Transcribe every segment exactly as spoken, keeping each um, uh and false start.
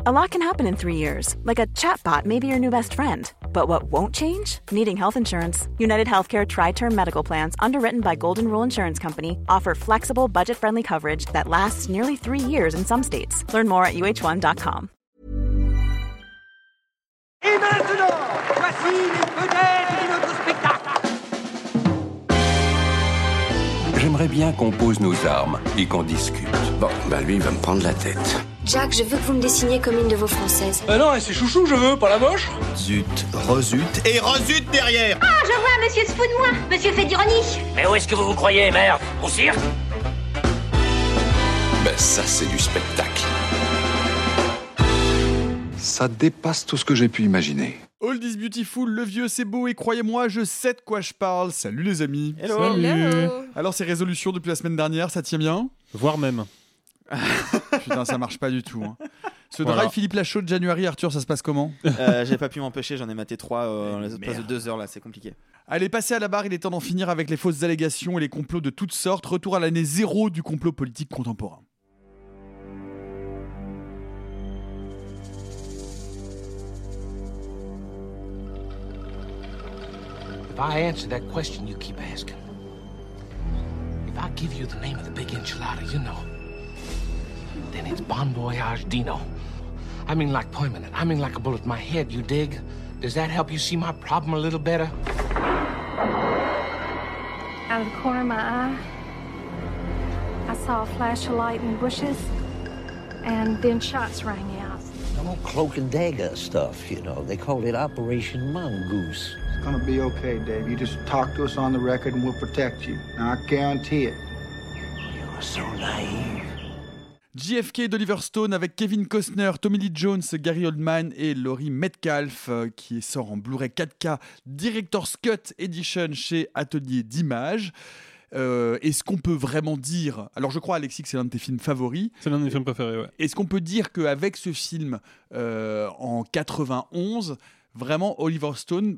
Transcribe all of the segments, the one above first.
A lot can happen in three years, like a chatbot may be your new best friend. But what won't change? Needing health insurance. United Healthcare Tri-Term Medical Plans, underwritten by Golden Rule Insurance Company, offer flexible, budget-friendly coverage that lasts nearly three years in some states. Learn more at U H one dot com. Et maintenant, voici les vedettes de notre spectacle. J'aimerais bien qu'on pose nos armes et qu'on discute. Bon, bah lui, il va me prendre la tête. Jack, je veux que vous me dessiniez comme une de vos françaises. Bah non, c'est chouchou, je veux, pas la moche. Zut, rezut, et rezut derrière. Ah, je vois, monsieur se fout de moi. Monsieur fait d'ironie. Mais où est-ce que vous vous croyez, merde? Au cirque? Ben ça, c'est du spectacle. Ça dépasse tout ce que j'ai pu imaginer. Old is beautiful, le vieux c'est beau et croyez-moi, je sais de quoi je parle. Salut les amis. Hello. Salut. Hello. Alors ces résolutions depuis la semaine dernière, ça tient bien? Voire même. Putain, ça marche pas du tout. Hein. Ce Voilà. drive Philippe Lachaud de January, Arthur, ça se passe comment? euh, J'ai pas pu m'empêcher, j'en ai maté trois euh, dans l'espace de deux heures là, c'est compliqué. Allez, passez à la barre, il est temps d'en finir avec les fausses allégations et les complots de toutes sortes. Retour à l'année zéro du complot politique contemporain. If I answer that question you keep asking, if I give you the name of the big enchilada you know, then it's Bon Voyage Dino. I mean like permanent. I mean like a bullet in my head, you dig? Does that help you see my problem a little better? Out of the corner of my eye, I saw a flash of light in the bushes, and then shots rang out. No cloak and dagger stuff, you know. They call it Operation Mongoose. It's gonna be okay, Dave. You just talk to us on the record and we'll protect you. Now, I guarantee it. You're so naive. J F K d'Oliver Stone avec Kevin Costner, Tommy Lee Jones, Gary Oldman et Laurie Metcalf euh, qui sort en Blu-ray quatre K Director's Cut Edition chez Atelier d'Images. Euh, est-ce qu'on peut vraiment dire... Alors je crois Alexis que c'est l'un de tes films favoris. C'est l'un de mes films préférés, ouais. Est-ce qu'on peut dire qu'avec ce film euh, en quatre-vingt-onze, vraiment Oliver Stone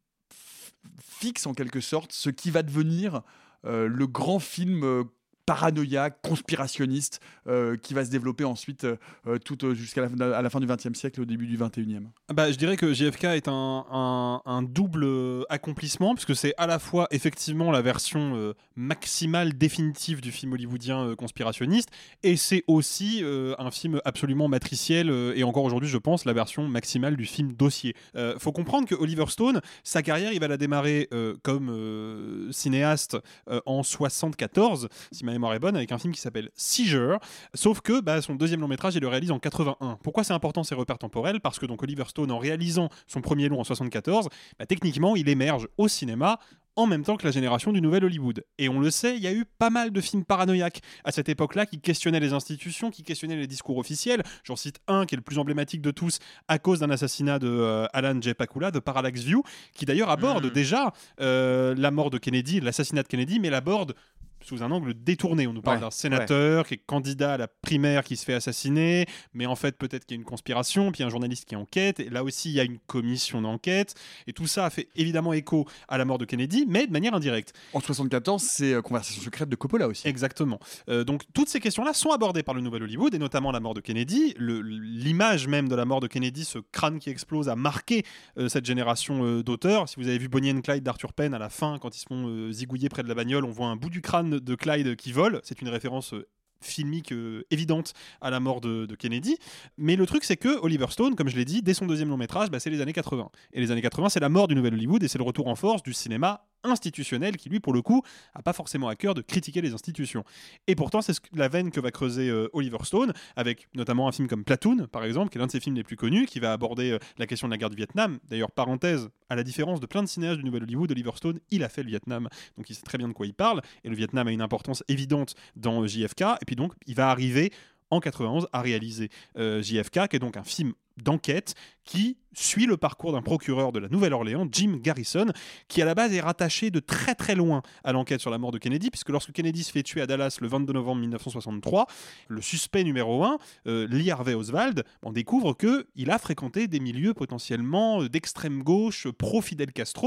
f- fixe en quelque sorte ce qui va devenir euh, le grand film euh, paranoïaque, conspirationniste euh, qui va se développer ensuite euh, tout euh, jusqu'à la, à la fin du vingtième siècle et au début du vingt et unième. Bah, je dirais que J F K est un, un, un double accomplissement, puisque c'est à la fois effectivement la version euh, maximale définitive du film hollywoodien euh, conspirationniste, et c'est aussi euh, un film absolument matriciel, euh, et encore aujourd'hui je pense la version maximale du film dossier. Euh, faut comprendre que Oliver Stone, sa carrière il va la démarrer euh, comme euh, cinéaste euh, en soixante-quatorze, si ma mémoire est bonne, avec un film qui s'appelle Seizure, sauf que bah, son deuxième long métrage il le réalise en quatre-vingt-un. Pourquoi c'est important ces repères temporels? Parce que donc Oliver Stone, en réalisant son premier long en soixante-quatorze, bah, techniquement il émerge au cinéma en même temps que la génération du nouvel Hollywood. Et on le sait, il y a eu pas mal de films paranoïaques à cette époque-là qui questionnaient les institutions, qui questionnaient les discours officiels. J'en cite un qui est le plus emblématique de tous à cause d'un assassinat de euh, Alan J. Pakula, de Parallax View, qui d'ailleurs aborde mmh. déjà euh, la mort de Kennedy, l'assassinat de Kennedy, mais l'aborde sous un angle détourné. On nous parle ouais, d'un sénateur ouais. qui est candidat à la primaire qui se fait assassiner, mais en fait peut-être qu'il y a une conspiration, puis un journaliste qui enquête, et là aussi il y a une commission d'enquête, et tout ça a fait évidemment écho à la mort de Kennedy, mais de manière indirecte. En soixante-quatorze, c'est euh, Conversation secrète de Coppola aussi. Exactement. Euh, donc toutes ces questions-là sont abordées par le nouvel Hollywood, et notamment la mort de Kennedy. Le, l'image même de la mort de Kennedy, ce crâne qui explose, a marqué euh, cette génération euh, d'auteurs. Si vous avez vu Bonnie and Clyde d'Arthur Penn, à la fin, quand ils se font euh, zigouiller près de la bagnole, on voit un bout du crâne de Clyde qui vole. C'est une référence euh, filmique euh, évidente à la mort de, de Kennedy. Mais le truc, c'est que Oliver Stone, comme je l'ai dit, dès son deuxième long métrage, bah, c'est les années quatre-vingts. Et les années quatre-vingts, c'est la mort du nouvel Hollywood et c'est le retour en force du cinéma institutionnel qui, lui, pour le coup, a pas forcément à cœur de critiquer les institutions. Et pourtant, c'est ce que, la veine que va creuser euh, Oliver Stone, avec notamment un film comme Platoon, par exemple, qui est l'un de ses films les plus connus, qui va aborder euh, la question de la guerre du Vietnam. D'ailleurs, parenthèse, à la différence de plein de cinéastes du nouvel Hollywood, Oliver Stone, il a fait le Vietnam, donc il sait très bien de quoi il parle, et le Vietnam a une importance évidente dans euh, J F K, et puis donc, il va arriver en quatre-vingt-onze à réaliser euh, J F K, qui est donc un film d'enquête qui suit le parcours d'un procureur de la Nouvelle-Orléans, Jim Garrison, qui à la base est rattaché de très très loin à l'enquête sur la mort de Kennedy, puisque lorsque Kennedy se fait tuer à Dallas le vingt-deux novembre mille neuf cent soixante-trois, le suspect numéro un, euh, Lee Harvey Oswald, on découvre qu'il a fréquenté des milieux potentiellement d'extrême gauche pro-Fidel Castro,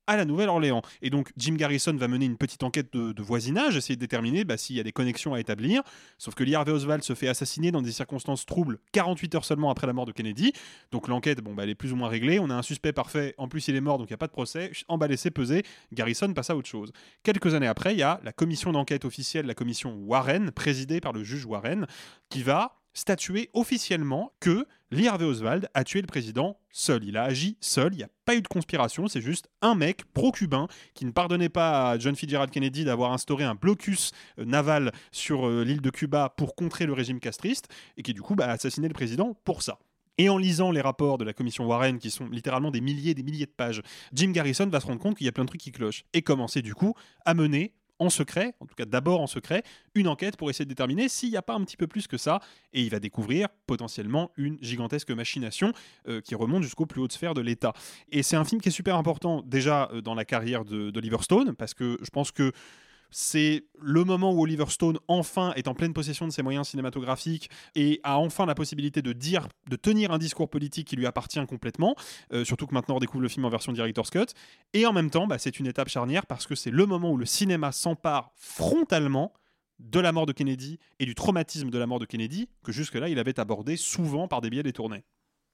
à la Nouvelle-Orléans. Et donc Jim Garrison va mener une petite enquête de, de voisinage, essayer de déterminer bah, s'il y a des connexions à établir. Sauf que Lee Harvey Oswald se fait assassiner dans des circonstances troubles quarante-huit heures seulement après la mort de Kennedy. Donc l'enquête, bon, bah, elle est plus ou moins réglée. On a un suspect parfait, en plus il est mort, donc il n'y a pas de procès. Emballé, c'est pesé. Garrison passe à autre chose. Quelques années après, il y a la commission d'enquête officielle, la commission Warren, présidée par le juge Warren, qui va statuer officiellement que Lee Harvey Oswald a tué le président seul. Il a agi seul, il n'y a pas eu de conspiration, c'est juste un mec pro-cubain qui ne pardonnait pas à John Fitzgerald Kennedy d'avoir instauré un blocus euh, naval sur euh, l'île de Cuba pour contrer le régime castriste et qui du coup bah, a assassiné le président pour ça. Et en lisant les rapports de la commission Warren, qui sont littéralement des milliers et des milliers de pages, Jim Garrison va se rendre compte qu'il y a plein de trucs qui clochent et commencer du coup à mener en secret, en tout cas d'abord en secret, une enquête pour essayer de déterminer s'il n'y a pas un petit peu plus que ça, et il va découvrir potentiellement une gigantesque machination euh, qui remonte jusqu'aux plus hautes sphères de l'État. Et c'est un film qui est super important déjà euh, dans la carrière de, d'Oliver Stone, parce que je pense que c'est le moment où Oliver Stone enfin est en pleine possession de ses moyens cinématographiques et a enfin la possibilité de dire, de tenir un discours politique qui lui appartient complètement, euh, surtout que maintenant on découvre le film en version director's cut. Et en même temps, bah, c'est une étape charnière parce que c'est le moment où le cinéma s'empare frontalement de la mort de Kennedy et du traumatisme de la mort de Kennedy que jusque-là il avait abordé souvent par des biais détournés.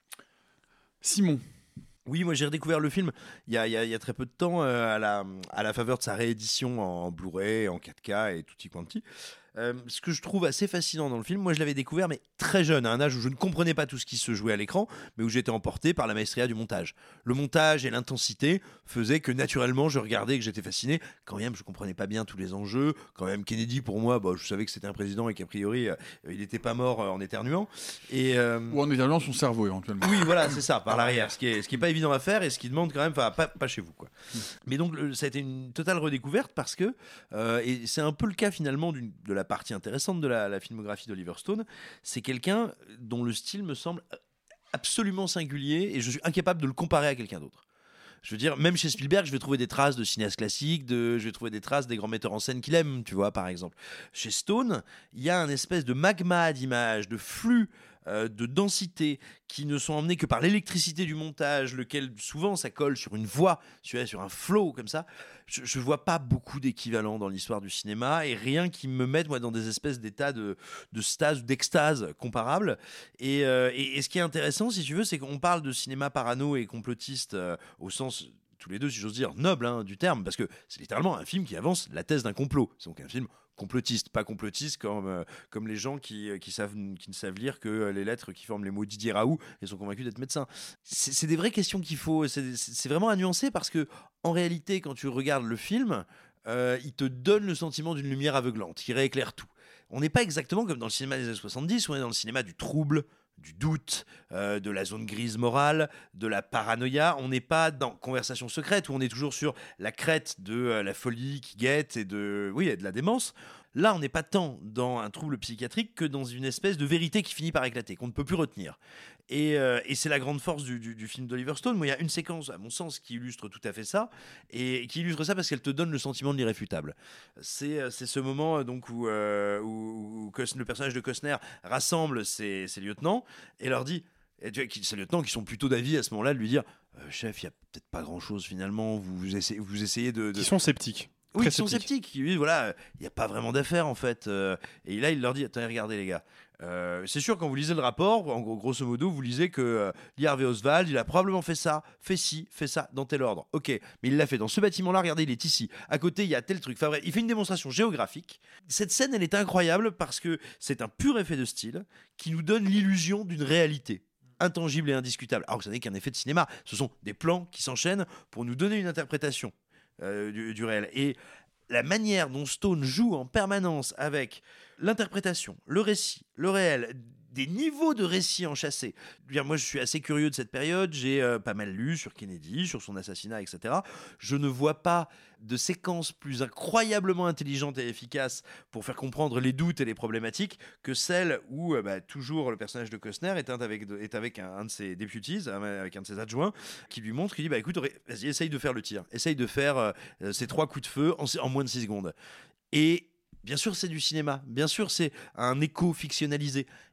Simon. Oui, moi j'ai redécouvert le film il y a, il y a, il y a très peu de temps euh, à, la, à la faveur de sa réédition en Blu-ray, en quatre K et tutti quanti. Euh, ce que je trouve assez fascinant dans le film, moi je l'avais découvert mais très jeune, à un âge où je ne comprenais pas tout ce qui se jouait à l'écran, mais où j'étais emporté par la maestria du montage. Le montage et l'intensité faisaient que naturellement je regardais et que j'étais fasciné. Quand même, je comprenais pas bien tous les enjeux. Quand même, Kennedy pour moi, bah, je savais que c'était un président et qu'a priori euh, il n'était pas mort euh, en éternuant. Et, euh... Ou en éternuant son cerveau éventuellement. Oui, voilà, c'est ça, par l'arrière, ce qui est, ce qui est pas évident à faire et ce qui demande quand même, pas, pas, pas chez vous, quoi. Mmh. Mais donc le, ça a été une totale redécouverte parce que, euh, et c'est un peu le cas finalement d'une, de la partie intéressante de la, la filmographie d'Oliver Stone, c'est quelqu'un dont le style me semble absolument singulier et je suis incapable de le comparer à quelqu'un d'autre. Je veux dire, même chez Spielberg, je vais trouver des traces de cinéastes classiques, de, je vais trouver des traces des grands metteurs en scène qu'il aime, tu vois, par exemple. Chez Stone, il y a un espèce de magma d'images, de flux, euh, de densité, qui ne sont emmenés que par l'électricité du montage, lequel souvent ça colle sur une voix, sur, sur un flow comme ça. Je, je vois pas beaucoup d'équivalents dans l'histoire du cinéma et rien qui me mette moi dans des espèces d'états de, de stase ou d'extase comparables. Et, euh, et, et ce qui est intéressant, si tu veux, c'est qu'on parle de cinéma parano et complotiste euh, au sens tous les deux, si j'ose dire, noble hein, du terme, parce que c'est littéralement un film qui avance la thèse d'un complot. C'est donc un film complotiste, pas complotiste comme, euh, comme les gens qui, qui, savent, qui ne savent lire que euh, les lettres qui forment les mots Didier Raoult et sont convaincus d'être médecins. C'est, c'est des vraies questions qu'il faut... C'est, c'est vraiment à nuancer parce que, en réalité, quand tu regardes le film, euh, il te donne le sentiment d'une lumière aveuglante qui rééclaire tout. On n'est pas exactement comme dans le cinéma des années soixante-dix, où on est dans le cinéma du trouble, du doute, euh, de la zone grise morale, de la paranoïa. On n'est pas dans Conversation secrète où on est toujours sur la crête de euh, la folie qui guette et de, oui, et de la démence. Là, on n'est pas tant dans un trouble psychiatrique que dans une espèce de vérité qui finit par éclater, qu'on ne peut plus retenir. Et, euh, et c'est la grande force du, du, du film d'Oliver Stone. Moi, il y a une séquence, à mon sens, qui illustre tout à fait ça, et qui illustre ça parce qu'elle te donne le sentiment de l'irréfutable. C'est, c'est ce moment donc, où, euh, où, où Cos- le personnage de Costner rassemble ses, ses lieutenants et leur dit... Et tu vois, ces lieutenants qui sont plutôt d'avis à ce moment-là de lui dire euh, chef, il n'y a peut-être pas grand-chose finalement, vous, vous, essayez, vous essayez de, de... Qui sont sceptiques. Oui, Très ils sont sceptiques. sceptiques. Ils disent, voilà, il n'y a pas vraiment d'affaires en fait. Euh, et là, il leur dit, attendez, regardez les gars. Euh, c'est sûr, quand vous lisez le rapport, en gros, grosso modo, vous lisez que euh, Lee Harvey Oswald, il a probablement fait ça, fait ci, fait ça, dans tel ordre. Ok, mais il l'a fait dans ce bâtiment-là, regardez, il est ici. À côté, il y a tel truc. Enfin bref, il fait une démonstration géographique. Cette scène, elle est incroyable parce que c'est un pur effet de style qui nous donne l'illusion d'une réalité intangible et indiscutable. Alors que ce n'est qu'un effet de cinéma. Ce sont des plans qui s'enchaînent pour nous donner une interprétation euh, du, du réel. Et la manière dont Stone joue en permanence avec l'interprétation, le récit, le réel, des niveaux de récit enchâssés. Moi, je suis assez curieux de cette période. J'ai euh, pas mal lu sur Kennedy, sur son assassinat, et cetera. Je ne vois pas de séquence plus incroyablement intelligente et efficace pour faire comprendre les doutes et les problématiques que celle où euh, bah, toujours le personnage de Costner est avec, est avec un, un de ses deputies, avec un de ses adjoints, qui lui montre, qui dit bah, écoute, vas-y, essaye de faire le tir. Essaye de faire euh, ces trois coups de feu en, en moins de six secondes. Et bien sûr, c'est du cinéma. Bien sûr, c'est un écho fictionnalisé.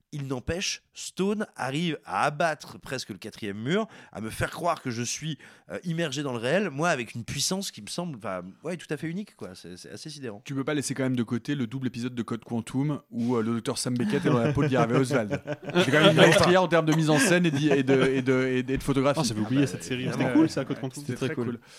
Il n'empêche, Stone arrive à abattre presque le quatrième mur, à me faire croire que je suis euh, immergé dans le réel, moi avec une puissance qui me semble ouais, tout à fait unique, quoi. C'est, c'est assez sidérant. Tu peux pas laisser quand même de côté le double épisode de Code Quantum où euh, le docteur Sam Beckett est dans la peau de Lee Harvey Oswald. C'est quand même une maestria en termes de mise en scène et de, et de, et de, et de, et de photographie. Oh, j'avais oublié ah, cette série, c'était euh, cool ça, Code Quantum. C'était très, très cool. cool.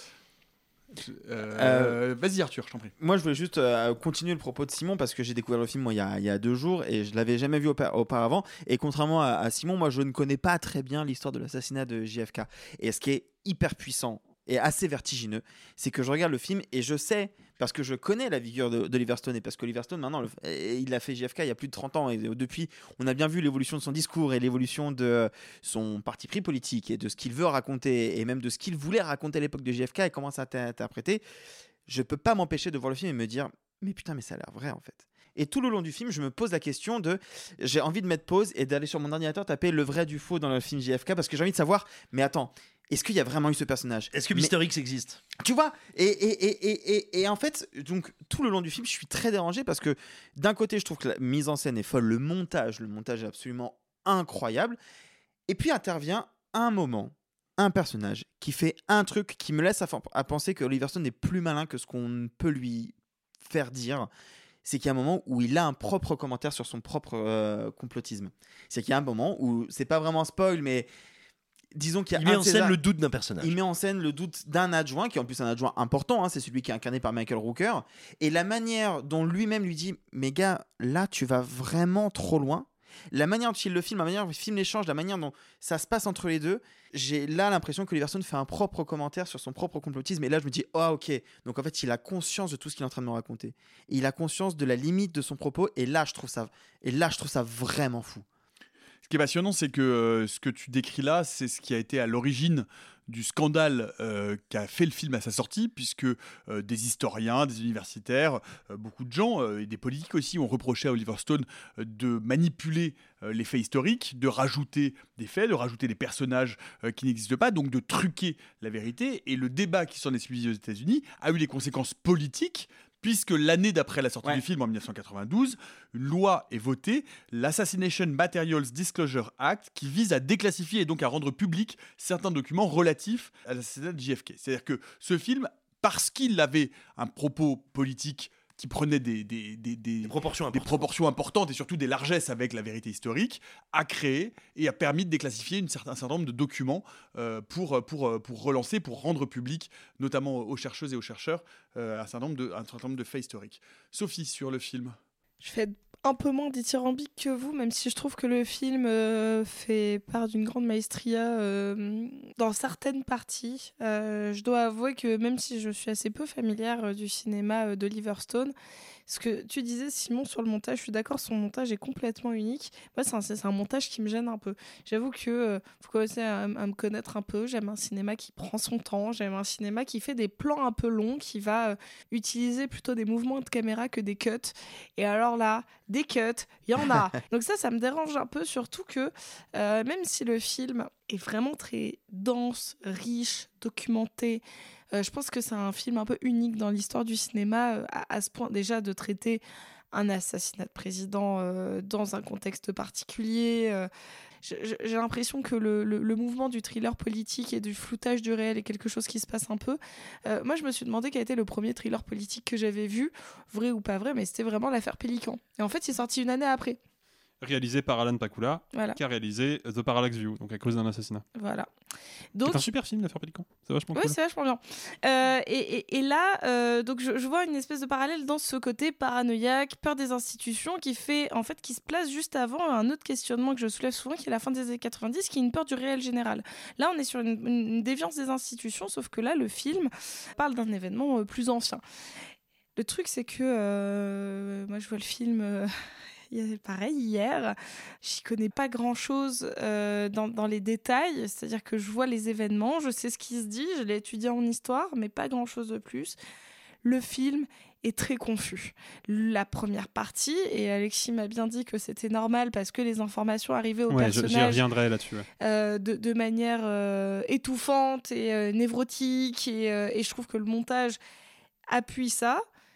Euh, euh, vas-y Arthur, je t'en prie. Moi je voulais juste euh, continuer le propos de Simon parce que j'ai découvert le film moi, il, y a, il y a deux jours et je l'avais jamais vu aupa- auparavant et contrairement à, à Simon, moi je ne connais pas très bien l'histoire de l'assassinat de J F K et ce qui est hyper puissant et assez vertigineux, c'est que je regarde le film et je sais, parce que je connais la figure de, d'Oliver Stone et parce qu'Oliver Stone maintenant le, il a fait J F K il y a plus de trente ans et depuis on a bien vu l'évolution de son discours et l'évolution de son parti pris politique et de ce qu'il veut raconter et même de ce qu'il voulait raconter à l'époque de J F K et comment ça a été interprété. Je peux pas m'empêcher de voir le film et me dire mais putain mais ça a l'air vrai en fait. Et tout le long du film, je me pose la question de j'ai envie de mettre pause et d'aller sur mon ordinateur taper le vrai du faux dans le film J F K parce que j'ai envie de savoir mais attends, est-ce qu'il y a vraiment eu ce personnage ? Est-ce que Mister X existe ? Tu vois, et, et, et, et, et, et en fait, donc, tout le long du film, je suis très dérangé parce que d'un côté, je trouve que la mise en scène est folle, le montage, le montage est absolument incroyable. Et puis intervient un moment, un personnage qui fait un truc qui me laisse à, à penser que Oliver Stone est plus malin que ce qu'on peut lui faire dire. C'est qu'il y a un moment où il a un propre commentaire sur son propre euh, complotisme. C'est qu'il y a un moment où, c'est pas vraiment un spoil, mais disons qu'il y a il met un en scène César, le doute d'un personnage. Il met en scène le doute d'un adjoint, qui est en plus un adjoint important, hein, c'est celui qui est incarné par Michael Rooker. Et la manière dont lui-même lui dit « Mais gars, là, tu vas vraiment trop loin », la manière dont il le filme, la manière dont il filme l'échange, la manière dont ça se passe entre les deux, j'ai là l'impression que Oliver Stone fait un propre commentaire sur son propre complotisme. Et là, je me dis « Oh, ok. » Donc en fait, il a conscience de tout ce qu'il est en train de me raconter. Et il a conscience de la limite de son propos. Et là, je trouve ça, et là, je trouve ça vraiment fou. Ce qui est passionnant, c'est que euh, ce que tu décris là, c'est ce qui a été à l'origine du scandale euh, qu'a fait le film à sa sortie, puisque euh, des historiens, des universitaires, euh, beaucoup de gens, euh, et des politiques aussi, ont reproché à Oliver Stone euh, de manipuler euh, les faits historiques, de rajouter des faits, de rajouter des personnages euh, qui n'existent pas, donc de truquer la vérité. Et le débat qui s'en est suivi aux États-Unis a eu des conséquences politiques, puisque l'année d'après la sortie ouais. du film, en dix-neuf cent quatre-vingt-douze, une loi est votée, l'Assassination Materials Disclosure Act, qui vise à déclassifier et donc à rendre public certains documents relatifs à l'assassinat de J F K. C'est-à-dire que ce film, parce qu'il avait un propos politique qui prenait des, des, des, des, des, proportions des proportions importantes et surtout des largesses avec la vérité historique, a créé et a permis de déclassifier une certain, un certain nombre de documents euh, pour, pour, pour relancer, pour rendre public, notamment aux chercheuses et aux chercheurs, euh, un, certain nombre de, un certain nombre de faits historiques. Sophie, sur le film. Je fais un peu moins dithyrambique que vous, même si je trouve que le film euh, fait part d'une grande maestria euh, dans certaines parties. Euh, je dois avouer que même si je suis assez peu familière euh, du cinéma euh, d'Oliver Stone, ce que tu disais, Simon, sur le montage, je suis d'accord, son montage est complètement unique. Moi, c'est un, c'est un montage qui me gêne un peu. J'avoue que euh, vous commencez à, à me connaître un peu. J'aime un cinéma qui prend son temps. J'aime un cinéma qui fait des plans un peu longs, qui va euh, utiliser plutôt des mouvements de caméra que des cuts. Et alors là, des cuts, il y en a. Donc ça, ça me dérange un peu, surtout que euh, même si le film est vraiment très dense, riche, documenté, Euh, je pense que c'est un film un peu unique dans l'histoire du cinéma, euh, à, à ce point déjà de traiter un assassinat de président euh, dans un contexte particulier. Euh, j'ai, j'ai l'impression que le, le, le mouvement du thriller politique et du floutage du réel est quelque chose qui se passe un peu. Euh, moi, je me suis demandé quel était le premier thriller politique que j'avais vu, vrai ou pas vrai, mais c'était vraiment l'affaire Pélican. Et en fait, il est sorti une année après. Réalisé par Alan Pakula, voilà. qui a réalisé The Parallax View, donc à cause d'un assassinat. Voilà. Donc, c'est un super film, l'affaire Pélican. C'est vachement oui, cool. Oui, c'est vachement bien. Euh, et, et, et là, euh, donc je, je vois une espèce de parallèle dans ce côté paranoïaque, peur des institutions, qui fait, en fait, qui se place juste avant un autre questionnement que je soulève souvent, qui est la fin des années quatre-vingt-dix, qui est une peur du réel général. Là, on est sur une, une déviance des institutions, sauf que là, le film parle d'un événement euh, plus ancien. Le truc, c'est que euh, moi, je vois le film. Euh, Pareil, hier, j'y connais pas grand-chose euh, dans, dans les détails, c'est-à-dire que je vois les événements, je sais ce qui se dit, je l'ai étudié en histoire, mais pas grand-chose de plus. Le film est très confus. La première partie, et Alexis m'a bien dit que c'était normal parce que les informations arrivaient au ouais, personnage j'y reviendrai là-dessus, ouais. euh, de, de manière euh, étouffante et euh, névrotique, et, euh, et je trouve que le montage appuie ça.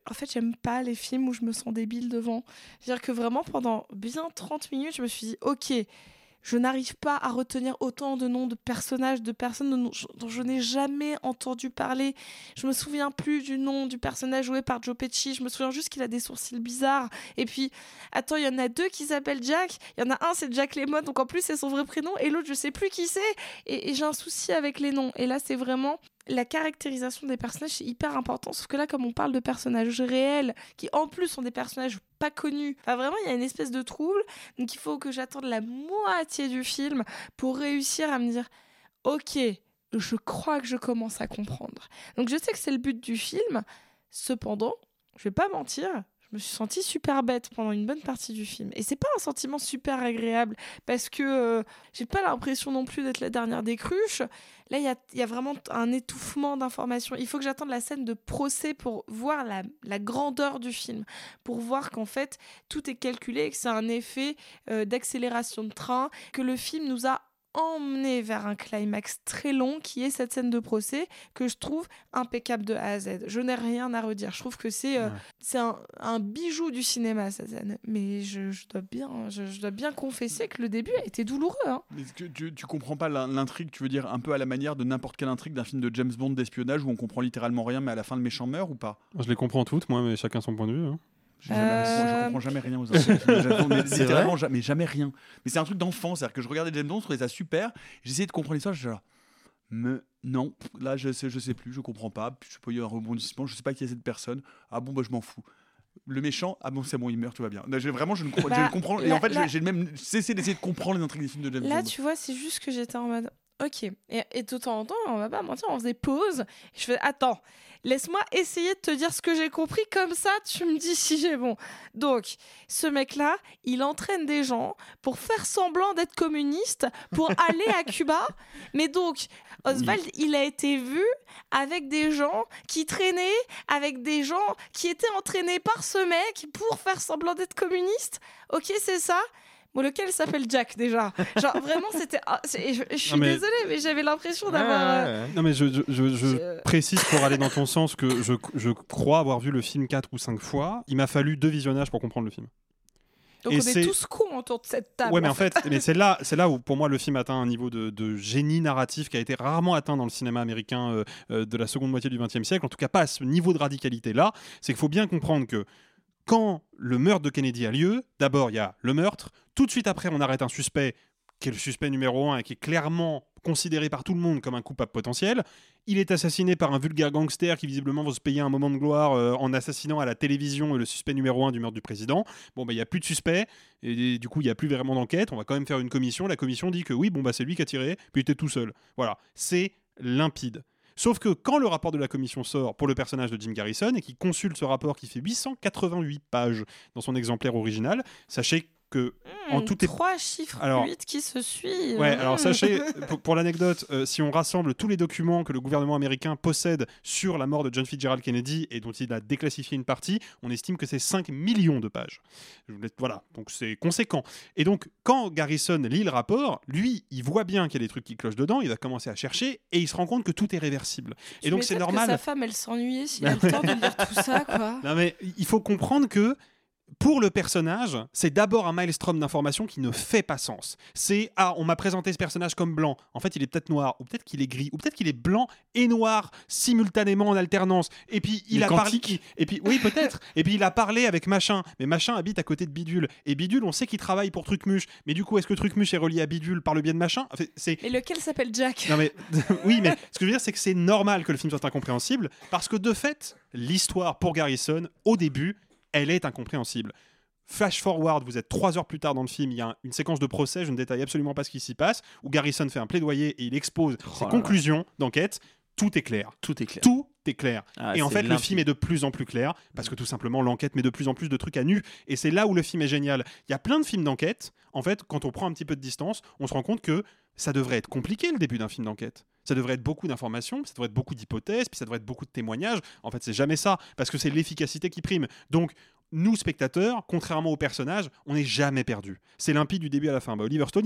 en fait, j'aime pas les films où je me sens débile devant. C'est-à-dire que vraiment, pendant bien trente minutes, je me suis dit, ok, je n'arrive pas à retenir autant de noms de personnages, de personnes dont je, dont je n'ai jamais entendu parler. Je me souviens plus du nom du personnage joué par Joe Pesci. Je me souviens juste qu'il a des sourcils bizarres. Et puis, attends, il y en a deux qui s'appellent Jack. Il y en a un, c'est Jack Lemmon, donc en plus, c'est son vrai prénom. Et l'autre, je sais plus qui c'est. Et, et j'ai un souci avec les noms. Et là, c'est vraiment... la caractérisation des personnages, c'est hyper important. Sauf que là, comme on parle de personnages réels, qui en plus sont des personnages pas connus, enfin vraiment, il y a une espèce de trouble. Donc il faut que j'attende la moitié du film pour réussir à me dire « Ok, je crois que je commence à comprendre. » Donc je sais que c'est le but du film. Cependant, je vais pas mentir, je me suis sentie super bête pendant une bonne partie du film. Et c'est pas un sentiment super agréable parce que euh, j'ai pas l'impression non plus d'être la dernière des cruches. Là, il y a, y a vraiment un étouffement d'informations. Il faut que j'attende la scène de procès pour voir la, la grandeur du film, pour voir qu'en fait, tout est calculé et que c'est un effet euh, d'accélération de train, que le film nous a emmené vers un climax très long qui est cette scène de procès que je trouve impeccable de A à Z. Je n'ai rien à redire. Je trouve que c'est, euh, ouais. c'est un, un bijou du cinéma, cette scène. Mais je, je, dois bien, je, je dois bien confesser que le début a été douloureux. Hein. Mais est-ce que tu, tu comprends pas l'intrigue, tu veux dire, un peu à la manière de n'importe quelle intrigue d'un film de James Bond d'espionnage où on comprend littéralement rien mais à la fin le méchant meurt ou pas? Je les comprends toutes, moi, mais chacun son point de vue. Hein. Jamais, euh... Je comprends jamais rien aux autres. mais littéralement jamais, jamais rien. Mais c'est un truc d'enfant, c'est-à-dire que je regardais James Bond, je trouvais ça super. J'essayais de comprendre l'histoire, je suis là, mais non, là je sais, je sais plus, je comprends pas. Je sais pas, il y a un rebondissement, je sais pas qui est cette personne. Ah bon, bah je m'en fous. Le méchant, ah bon, c'est bon, il meurt, tout va bien. Là, j'ai, vraiment, je ne comprends, bah, je le comprends. Là, et en fait, là, j'ai, j'ai même cessé d'essayer de comprendre les intrigues des films de James Bond. Là, tu vois, c'est juste que j'étais en mode. Ok. Et, et de temps en temps, on va pas mentir, on faisait pause. Et je fais, attends, laisse-moi essayer de te dire ce que j'ai compris, comme ça, tu me dis si j'ai bon. Donc, ce mec-là, il entraîne des gens pour faire semblant d'être communiste, pour aller à Cuba. Mais donc, Oswald, oui. il a été vu avec des gens qui traînaient, avec des gens qui étaient entraînés par ce mec pour faire semblant d'être communiste. Ok, c'est ça ? Bon, lequel s'appelle Jack déjà? Genre vraiment c'était. Ah, c'est... Je, je suis mais... désolée, mais j'avais l'impression d'avoir. Ah, ouais, ouais. Non mais je, je, je, je, je précise pour aller dans ton sens que je, je crois avoir vu le film quatre ou cinq fois. Il m'a fallu deux visionnages pour comprendre le film. Donc et on est c'est... tous cons autour de cette table. Ouais, mais en en fait, fait mais c'est là, c'est là où pour moi le film atteint un niveau de, de génie narratif qui a été rarement atteint dans le cinéma américain euh, euh, de la seconde moitié du vingtième siècle. En tout cas, pas à ce niveau de radicalité là. C'est qu'il faut bien comprendre que quand le meurtre de Kennedy a lieu, d'abord il y a le meurtre, tout de suite après on arrête un suspect qui est le suspect numéro un et qui est clairement considéré par tout le monde comme un coupable potentiel. Il est assassiné par un vulgaire gangster qui visiblement va se payer un moment de gloire euh, en assassinant à la télévision le suspect numéro un du meurtre du président. Bon, bah il n'y a plus de suspect, et, et du coup il n'y a plus vraiment d'enquête, on va quand même faire une commission. La commission dit que oui, bon bah c'est lui qui a tiré, puis il était tout seul. Voilà, c'est limpide. Sauf que quand le rapport de la commission sort pour le personnage de Jim Garrison et qu'il consulte ce rapport qui fait huit cent quatre-vingt-huit pages dans son exemplaire original, sachez que mmh, en tout est trois chiffres alors, huit qui se suivent. Ouais, alors sachez pour, pour l'anecdote, euh, si on rassemble tous les documents que le gouvernement américain possède sur la mort de John Fitzgerald Kennedy et dont il a déclassifié une partie, on estime que c'est cinq millions de pages. Voilà, donc c'est conséquent. Et donc quand Garrison lit le rapport, lui, il voit bien qu'il y a des trucs qui clochent dedans, il va commencer à chercher et il se rend compte que tout est réversible. Tu et donc c'est normal que sa femme elle s'ennuyait s'il a le temps de lire tout ça quoi. Non mais il faut comprendre que pour le personnage, c'est d'abord un maelstrom d'informations qui ne fait pas sens. C'est « Ah, on m'a présenté ce personnage comme blanc. En fait, il est peut-être noir, ou peut-être qu'il est gris, ou peut-être qu'il est blanc et noir simultanément en alternance. Et puis, il, il a parlé... Et puis, oui, peut-être. Et puis, il a parlé avec machin. Mais machin habite à côté de Bidule. Et Bidule, on sait qu'il travaille pour Trucmuche. Mais du coup, est-ce que Trucmuche est relié à Bidule par le biais de machin? Enfin, c'est... Et lequel s'appelle Jack? Non, mais... Oui, mais ce que je veux dire, c'est que c'est normal que le film soit incompréhensible, parce que de fait, l'histoire pour Garrison, au début, elle est incompréhensible. Flash forward, vous êtes trois heures plus tard dans le film, il y a un, une séquence de procès, je ne détaille absolument pas ce qui s'y passe, où Garrison fait un plaidoyer et il expose oh ses conclusions là. d'enquête. Tout est clair. Tout est clair. Tout est clair. Ah, et en fait, limpide. le film est de plus en plus clair, parce que tout simplement, l'enquête met de plus en plus de trucs à nu. Et c'est là où le film est génial. Il y a plein de films d'enquête. En fait, quand on prend un petit peu de distance, on se rend compte que ça devrait être compliqué, le début d'un film d'enquête. Ça devrait être beaucoup d'informations, ça devrait être beaucoup d'hypothèses, puis ça devrait être beaucoup de témoignages. En fait, c'est jamais ça, parce que c'est l'efficacité qui prime. Donc, nous, spectateurs, contrairement aux personnages, on n'est jamais perdu. C'est limpide du début à la fin. Bah, Oliver Stone, il fait le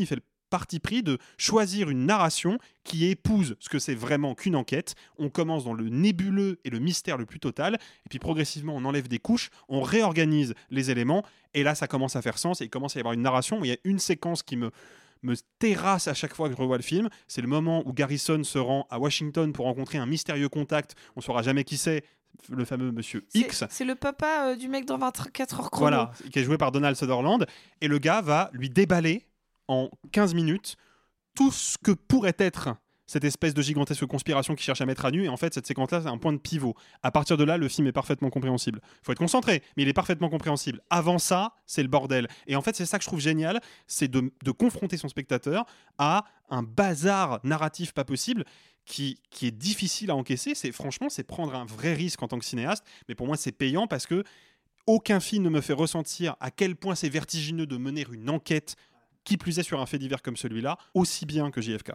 parti pris de choisir une narration qui épouse ce que c'est vraiment qu'une enquête. On commence dans le nébuleux et le mystère le plus total, et puis progressivement on enlève des couches, on réorganise les éléments, et là ça commence à faire sens, et il commence à y avoir une narration. Il y a une séquence qui me, me terrasse à chaque fois que je revois le film, c'est le moment où Garrison se rend à Washington pour rencontrer un mystérieux contact, on ne saura jamais qui c'est, le fameux monsieur X. C'est, c'est le papa euh, du mec dans vingt-quatre heures chrono. Voilà, qui est joué par Donald Sutherland, et le gars va lui déballer en quinze minutes tout ce que pourrait être cette espèce de gigantesque conspiration qui cherche à mettre à nu, et en fait cette séquence-là c'est un point de pivot. À partir de là, le film est parfaitement compréhensible. Il faut être concentré, mais il est parfaitement compréhensible. Avant ça, c'est le bordel. Et en fait c'est ça que je trouve génial, c'est de, de confronter son spectateur à un bazar narratif pas possible, qui, qui est difficile à encaisser. C'est, franchement, c'est prendre un vrai risque en tant que cinéaste, mais pour moi c'est payant parce que aucun film ne me fait ressentir à quel point c'est vertigineux de mener une enquête, qui plus est sur un fait divers comme celui-là, aussi bien que J F K.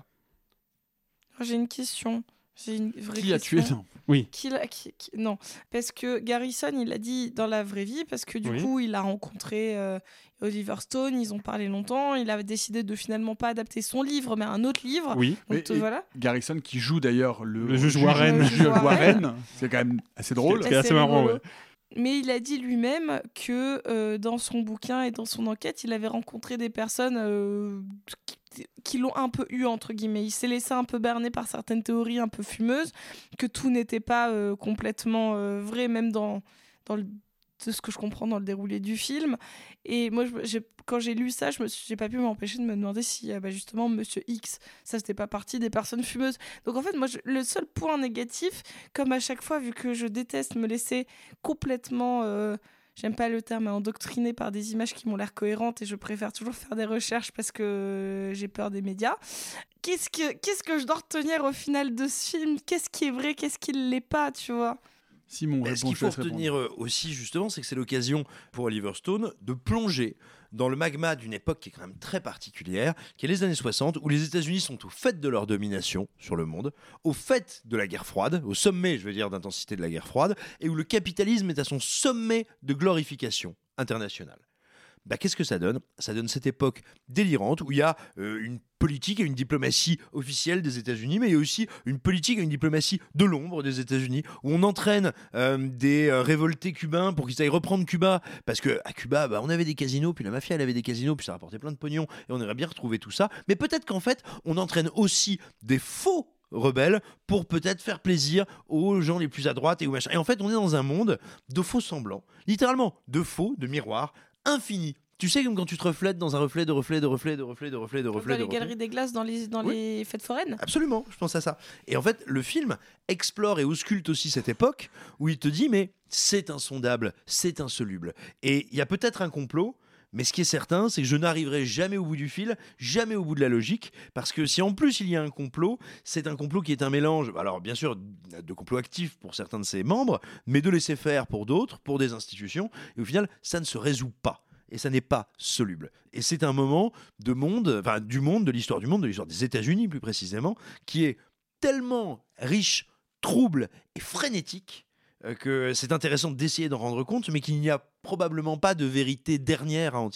J'ai une question. J'ai une vraie qui question. a tué non. Oui. Qui l'a, qui, qui, non, parce que Garrison, il l'a dit dans la vraie vie, parce que du oui. coup, il a rencontré euh, Oliver Stone, ils ont parlé longtemps, il a décidé de finalement pas adapter son livre, mais un autre livre. Oui. Donc, et, et voilà. Garrison qui joue d'ailleurs le, le juge Warren. Le juge Warren. C'est quand même assez drôle. C'est, c'est assez marrant, ouais. Mais il a dit lui-même que euh, dans son bouquin et dans son enquête, il avait rencontré des personnes euh, qui, qui l'ont un peu eu, entre guillemets. Il s'est laissé un peu berner par certaines théories un peu fumeuses, que tout n'était pas euh, complètement euh, vrai, même dans, dans le, de ce que je comprends dans le déroulé du film. Et moi, je, j'ai, quand j'ai lu ça, je me suis, j'ai pas pu m'empêcher de me demander si euh, bah, justement Monsieur X, ça c'était pas partie des personnes fumeuses. Donc en fait, moi, je, le seul point négatif, comme à chaque fois, vu que je déteste me laisser complètement... Euh, j'aime pas le terme, endoctriné par des images qui m'ont l'air cohérentes, et je préfère toujours faire des recherches parce que j'ai peur des médias. Qu'est-ce que, qu'est-ce que je dois retenir au final de ce film ? Qu'est-ce qui est vrai ? Qu'est-ce qui l'est pas, tu vois ? Simon, ce qu'il faut retenir aussi, justement, c'est que c'est l'occasion pour Oliver Stone de plonger dans le magma d'une époque qui est quand même très particulière, qui est les années soixante, où les États-Unis sont au fait de leur domination sur le monde, au fait de la guerre froide, au sommet, je veux dire, d'intensité de la guerre froide, et où le capitalisme est à son sommet de glorification internationale. Bah, qu'est-ce que ça donne ? Ça donne cette époque délirante où il y a euh, une politique et une diplomatie officielle des États-Unis, mais il y a aussi une politique et une diplomatie de l'ombre des États-Unis, où on entraîne euh, des euh, révoltés cubains pour qu'ils aillent reprendre Cuba, parce qu'à Cuba, bah, on avait des casinos, puis la mafia, elle avait des casinos, puis ça rapportait plein de pognon, et on aimerait bien retrouver tout ça. Mais peut-être qu'en fait, on entraîne aussi des faux rebelles pour peut-être faire plaisir aux gens les plus à droite et aux machins. Et en fait, on est dans un monde de faux semblants, littéralement, de faux, de miroirs, infini. Tu sais, comme quand tu te reflètes dans un reflet de reflet de reflet de reflet de reflet de reflet. Dans les de galeries reflet. des glaces, dans les, dans oui. les fêtes foraines. Absolument, je pense à ça. Et en fait, le film explore et ausculte aussi cette époque où il te dit, mais c'est insondable, c'est insoluble. Et il y a peut-être un complot, mais ce qui est certain, c'est que je n'arriverai jamais au bout du fil, jamais au bout de la logique, parce que si en plus il y a un complot, c'est un complot qui est un mélange, alors bien sûr, de complot actif pour certains de ses membres, mais de laisser faire pour d'autres, pour des institutions, et au final, ça ne se résout pas. Et ça n'est pas soluble. Et c'est un moment de monde, enfin du monde, de l'histoire du monde, de l'histoire des États-Unis plus précisément, qui est tellement riche, trouble et frénétique euh, que c'est intéressant d'essayer d'en rendre compte, mais qu'il n'y a probablement pas de vérité dernière à en tirer.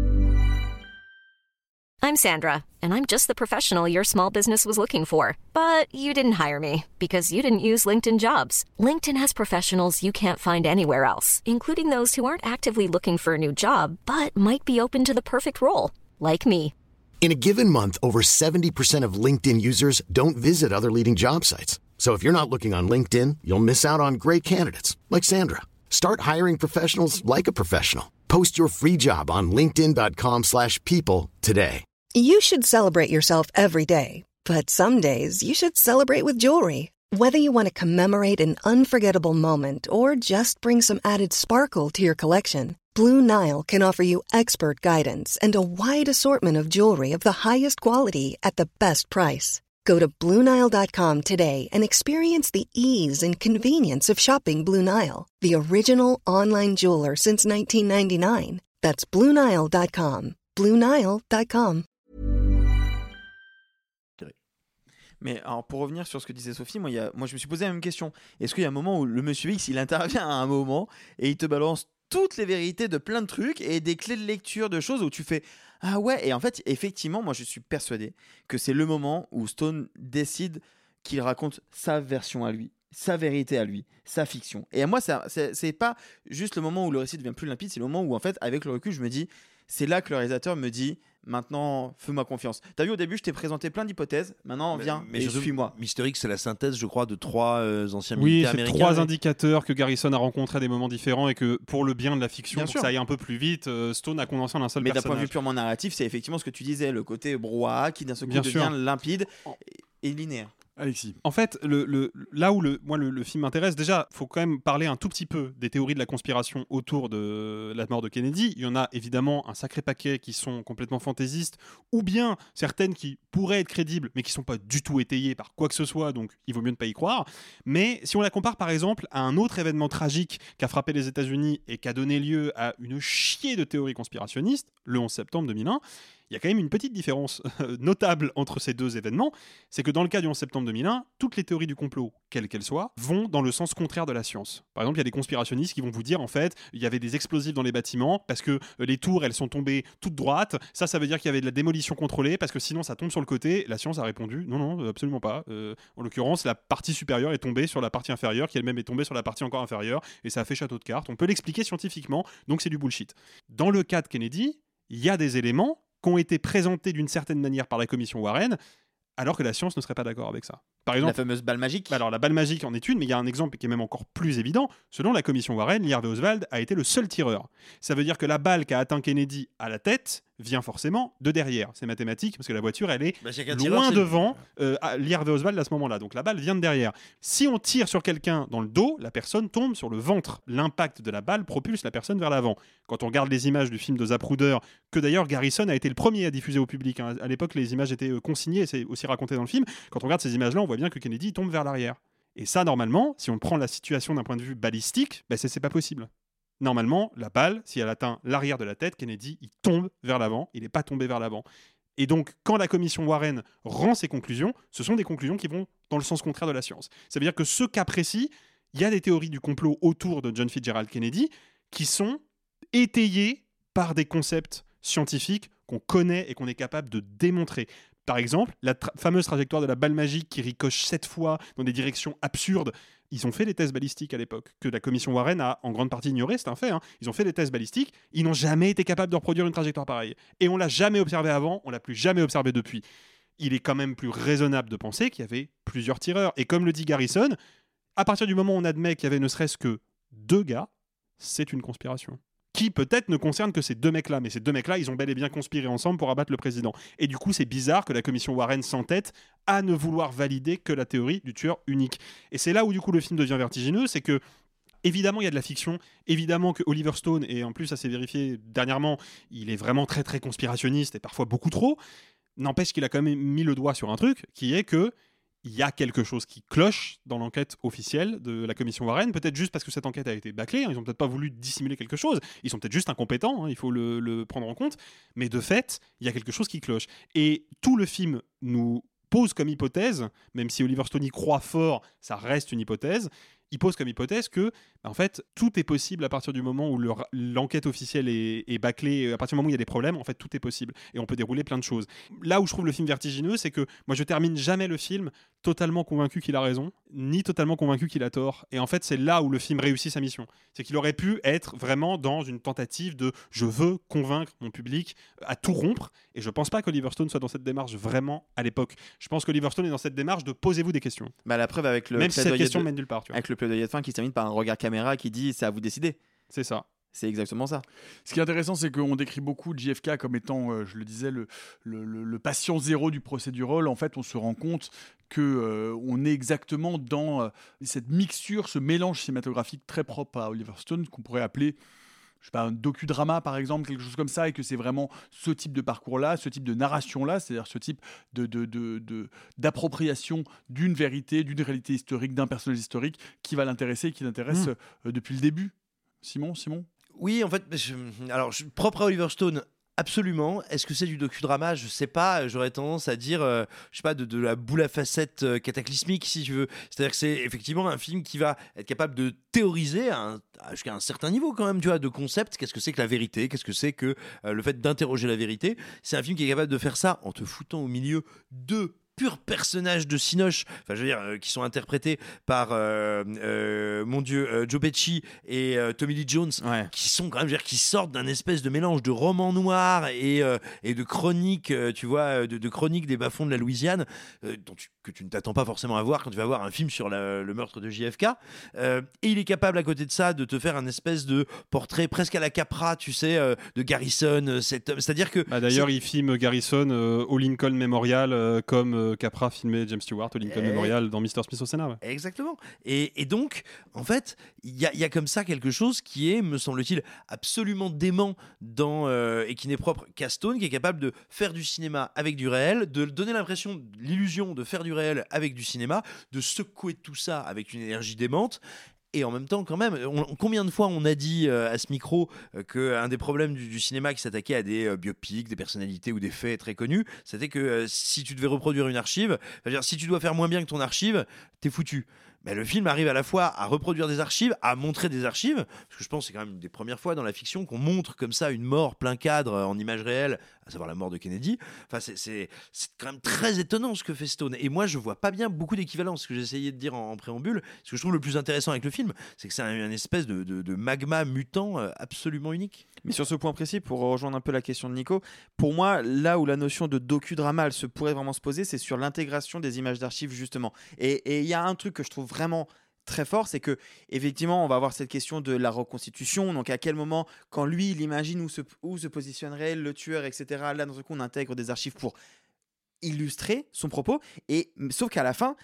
I'm Sandra, and I'm just the professional your small business was looking for. But you didn't hire me because you didn't use LinkedIn Jobs. LinkedIn has professionals you can't find anywhere else, including those who aren't actively looking for a new job, but might be open to the perfect role, like me. In a given month, over seventy percent of LinkedIn users don't visit other leading job sites. So if you're not looking on LinkedIn, you'll miss out on great candidates, like Sandra. Start hiring professionals like a professional. Post your free job on linkedin.com slash people today. You should celebrate yourself every day, but some days you should celebrate with jewelry. Whether you want to commemorate an unforgettable moment or just bring some added sparkle to your collection, Blue Nile can offer you expert guidance and a wide assortment of jewelry of the highest quality at the best price. Go to blue nile dot com today and experience the ease and convenience of shopping Blue Nile, the original online jeweler since nineteen ninety-nine. That's blue nile dot com. blue nile dot com. Mais alors pour revenir sur ce que disait Sophie, moi, il y a, moi je me suis posé la même question. Est-ce qu'il y a un moment où le Monsieur X il intervient à un moment et il te balance toutes les vérités de plein de trucs et des clés de lecture de choses où tu fais ah ouais. Et en fait, effectivement, moi je suis persuadé que c'est le moment où Stone décide qu'il raconte sa version à lui, sa vérité à lui, sa fiction. Et à moi, ça, c'est, c'est pas juste le moment où le récit devient plus limpide, c'est le moment où en fait, avec le recul, je me dis, c'est là que le réalisateur me dit, maintenant, fais-moi confiance. T'as vu, au début, je t'ai présenté plein d'hypothèses, maintenant, viens mais et je suis-moi. Mystery X, c'est la synthèse, je crois, de trois euh, anciens Oui, militaires c'est américains. trois mais... indicateurs que Garrison a rencontrés à des moments différents et que pour le bien de la fiction, Bien pour sûr. que ça aille un peu plus vite, euh, Stone a condensé en un seul Mais d'un personnage. point de vue purement narratif, c'est effectivement ce que tu disais, le côté brouhaha qui d'un seul coup Bien devient sûr. limpide et, et linéaire. Alexis. En fait, le, le, là où le, moi, le, le film m'intéresse, déjà, il faut quand même parler un tout petit peu des théories de la conspiration autour de la mort de Kennedy. Il y en a évidemment un sacré paquet qui sont complètement fantaisistes, ou bien certaines qui pourraient être crédibles, mais qui ne sont pas du tout étayées par quoi que ce soit, donc il vaut mieux ne pas y croire. Mais si on la compare par exemple à un autre événement tragique qui a frappé les États-Unis et qui a donné lieu à une chier de théories conspirationnistes, le onze septembre deux mille un, il y a quand même une petite différence notable entre ces deux événements, c'est que dans le cas du onze septembre deux mille un, toutes les théories du complot, quelles qu'elles soient, vont dans le sens contraire de la science. Par exemple, il y a des conspirationnistes qui vont vous dire, en fait, il y avait des explosifs dans les bâtiments parce que les tours, elles sont tombées toutes droites, ça, ça veut dire qu'il y avait de la démolition contrôlée parce que sinon ça tombe sur le côté. La science a répondu, non, non, absolument pas. Euh, en l'occurrence, la partie supérieure est tombée sur la partie inférieure, qui elle-même est tombée sur la partie encore inférieure, et ça a fait château de cartes. On peut l'expliquer scientifiquement, donc c'est du bullshit. Dans le cas de Kennedy, il y a des éléments qui ont été présentés d'une certaine manière par la commission Warren, alors que la science ne serait pas d'accord avec ça. Par exemple, la fameuse balle magique. Alors la balle magique en est une, mais il y a un exemple qui est même encore plus évident. Selon la commission Warren, Lee Harvey Oswald a été le seul tireur. Ça veut dire que la balle qui a atteint Kennedy à la tête vient forcément de derrière. C'est mathématique parce que la voiture, elle est Bah, c'est qu'un loin tireur, c'est- devant euh, à Lee Harvey Oswald à ce moment-là. Donc la balle vient de derrière. Si on tire sur quelqu'un dans le dos, la personne tombe sur le ventre. L'impact de la balle propulse la personne vers l'avant. Quand on regarde les images du film de Zapruder, que d'ailleurs Garrison a été le premier à diffuser au public, hein. À l'époque, les images étaient euh, consignées, et c'est aussi raconté dans le film. Quand on regarde ces images-là, on voit bien que Kennedy tombe vers l'arrière. Et ça, normalement, si on prend la situation d'un point de vue balistique, ben c'est, c'est pas possible. Normalement, la balle, si elle atteint l'arrière de la tête, Kennedy, il tombe vers l'avant, il n'est pas tombé vers l'avant. Et donc, quand la commission Warren rend ses conclusions, ce sont des conclusions qui vont dans le sens contraire de la science. Ça veut dire que ce cas précis, il y a des théories du complot autour de John Fitzgerald Kennedy qui sont étayées par des concepts scientifiques qu'on connaît et qu'on est capable de démontrer. Par exemple, la tra- fameuse trajectoire de la balle magique qui ricoche sept fois dans des directions absurdes. Ils ont fait les tests balistiques à l'époque, que la commission Warren a en grande partie ignoré, c'est un fait. Hein. Ils ont fait les tests balistiques, ils n'ont jamais été capables de reproduire une trajectoire pareille. Et on l'a jamais observé avant, on l'a plus jamais observé depuis. Il est quand même plus raisonnable de penser qu'il y avait plusieurs tireurs. Et comme le dit Garrison, à partir du moment où on admet qu'il y avait ne serait-ce que deux gars, c'est une conspiration. Qui peut-être ne concerne que ces deux mecs-là, mais ces deux mecs-là, ils ont bel et bien conspiré ensemble pour abattre le président. Et du coup, c'est bizarre que la commission Warren s'entête à ne vouloir valider que la théorie du tueur unique. Et c'est là où du coup le film devient vertigineux, c'est que évidemment, il y a de la fiction. Évidemment que Oliver Stone, et en plus, ça s'est vérifié dernièrement, il est vraiment très très conspirationniste et parfois beaucoup trop. N'empêche qu'il a quand même mis le doigt sur un truc, qui est que il y a quelque chose qui cloche dans l'enquête officielle de la commission Warren, peut-être juste parce que cette enquête a été bâclée, hein, ils n'ont peut-être pas voulu dissimuler quelque chose, ils sont peut-être juste incompétents, hein, il faut le, le prendre en compte, mais de fait, il y a quelque chose qui cloche. Et tout le film nous pose comme hypothèse, même si Oliver Stone y croit fort, ça reste une hypothèse, il pose comme hypothèse que, bah, en fait, tout est possible à partir du moment où le, l'enquête officielle est, est bâclée, à partir du moment où il y a des problèmes, en fait, tout est possible. Et on peut dérouler plein de choses. Là où je trouve le film vertigineux, c'est que moi, je termine jamais le film totalement convaincu qu'il a raison, ni totalement convaincu qu'il a tort. Et en fait, c'est là où le film réussit sa mission. C'est qu'il aurait pu être vraiment dans une tentative de « je veux convaincre mon public à tout rompre ». Et je pense pas qu'Oliver Stone soit dans cette démarche vraiment à l'époque. Je pense qu'Oliver Stone est dans cette démarche de « posez-vous des questions ». Bah, la preuve avec le Même si cette question de... mène nulle part. Tu vois. Avec le plaidoyer de fin qui se termine par un regard caméra qui dit « c'est à vous de décider ». C'est ça. C'est exactement ça. Ce qui est intéressant, c'est qu'on décrit beaucoup J F K comme étant, euh, je le disais, le, le, le, le patient zéro du procédural. En fait, on se rend compte qu'on euh, est exactement dans euh, cette mixture, ce mélange cinématographique très propre à Oliver Stone, qu'on pourrait appeler, je sais pas, un docudrama par exemple, quelque chose comme ça, et que c'est vraiment ce type de parcours-là, ce type de narration-là, c'est-à-dire ce type de, de, de, de, d'appropriation d'une vérité, d'une réalité historique, d'un personnage historique qui va l'intéresser, qui l'intéresse mmh. euh, depuis le début. Simon, Simon Oui, en fait, je, alors je, propre à Oliver Stone, Absolument. Est-ce que c'est du docudrama ? Je sais pas. J'aurais tendance à dire, euh, je sais pas, de, de la boule à facettes euh, cataclysmique, si tu veux. C'est-à-dire que c'est effectivement un film qui va être capable de théoriser à un, à, jusqu'à un certain niveau quand même, tu vois, de concept. Qu'est-ce que c'est que la vérité ? Qu'est-ce que c'est que euh, le fait d'interroger la vérité ? C'est un film qui est capable de faire ça en te foutant au milieu de purs personnages de Cinoche, enfin je veux dire, euh, qui sont interprétés par euh, euh, mon Dieu euh, Joe Pesci et euh, Tommy Lee Jones, ouais. qui sont quand même, je veux dire, qui sortent d'un espèce de mélange de roman noir et euh, et de chronique, euh, tu vois, de, de chronique des bas-fonds de la Louisiane, euh, dont tu, que tu ne t'attends pas forcément à voir quand tu vas voir un film sur la, le meurtre de J F K. Euh, et il est capable à côté de ça de te faire un espèce de portrait presque à la Capra, tu sais, euh, de Garrison, cet homme. C'est-à-dire que bah, d'ailleurs, c'est... il filme Garrison euh, au Lincoln Memorial euh, comme euh, Capra filmait James Stewart au Lincoln et... Memorial dans mister Smith au Sénat. Ouais. Exactement. Et, et donc, en fait, il y, y a comme ça quelque chose qui est, me semble-t-il, absolument dément dans, euh, et qui n'est propre qu'à Stone, qui est capable de faire du cinéma avec du réel, de donner l'impression, l'illusion de faire du réel avec du cinéma, de secouer tout ça avec une énergie démente. Et en même temps, quand même, on, combien de fois on a dit euh, à ce micro euh, qu'un des problèmes du, du cinéma qui s'attaquait à des euh, biopics, des personnalités ou des faits très connus, c'était que euh, si tu devais reproduire une archive, c'est-à-dire si tu dois faire moins bien que ton archive, t'es foutu. Mais le film arrive à la fois à reproduire des archives, à montrer des archives, parce que je pense que c'est quand même une des premières fois dans la fiction qu'on montre comme ça une mort plein cadre en image réelle, à savoir la mort de Kennedy. Enfin, c'est, c'est, c'est quand même très étonnant ce que fait Stone. Et moi, je vois pas bien beaucoup d'équivalence. Ce que j'essayais de dire en, en préambule, ce que je trouve le plus intéressant avec le film, c'est que c'est un, un espèce de, de, de magma mutant absolument unique. Mais sur ce point précis, pour rejoindre un peu la question de Nico, pour moi, là où la notion de docudrama elle se pourrait vraiment se poser, c'est sur l'intégration des images d'archives, justement. Et il y a un truc que je trouve vraiment très fort, c'est que effectivement on va avoir cette question de la reconstitution, donc à quel moment, quand lui il imagine où se, où se positionnerait le tueur, etc., là dans ce coup on intègre des archives pour illustrer son propos, et sauf qu'à la fin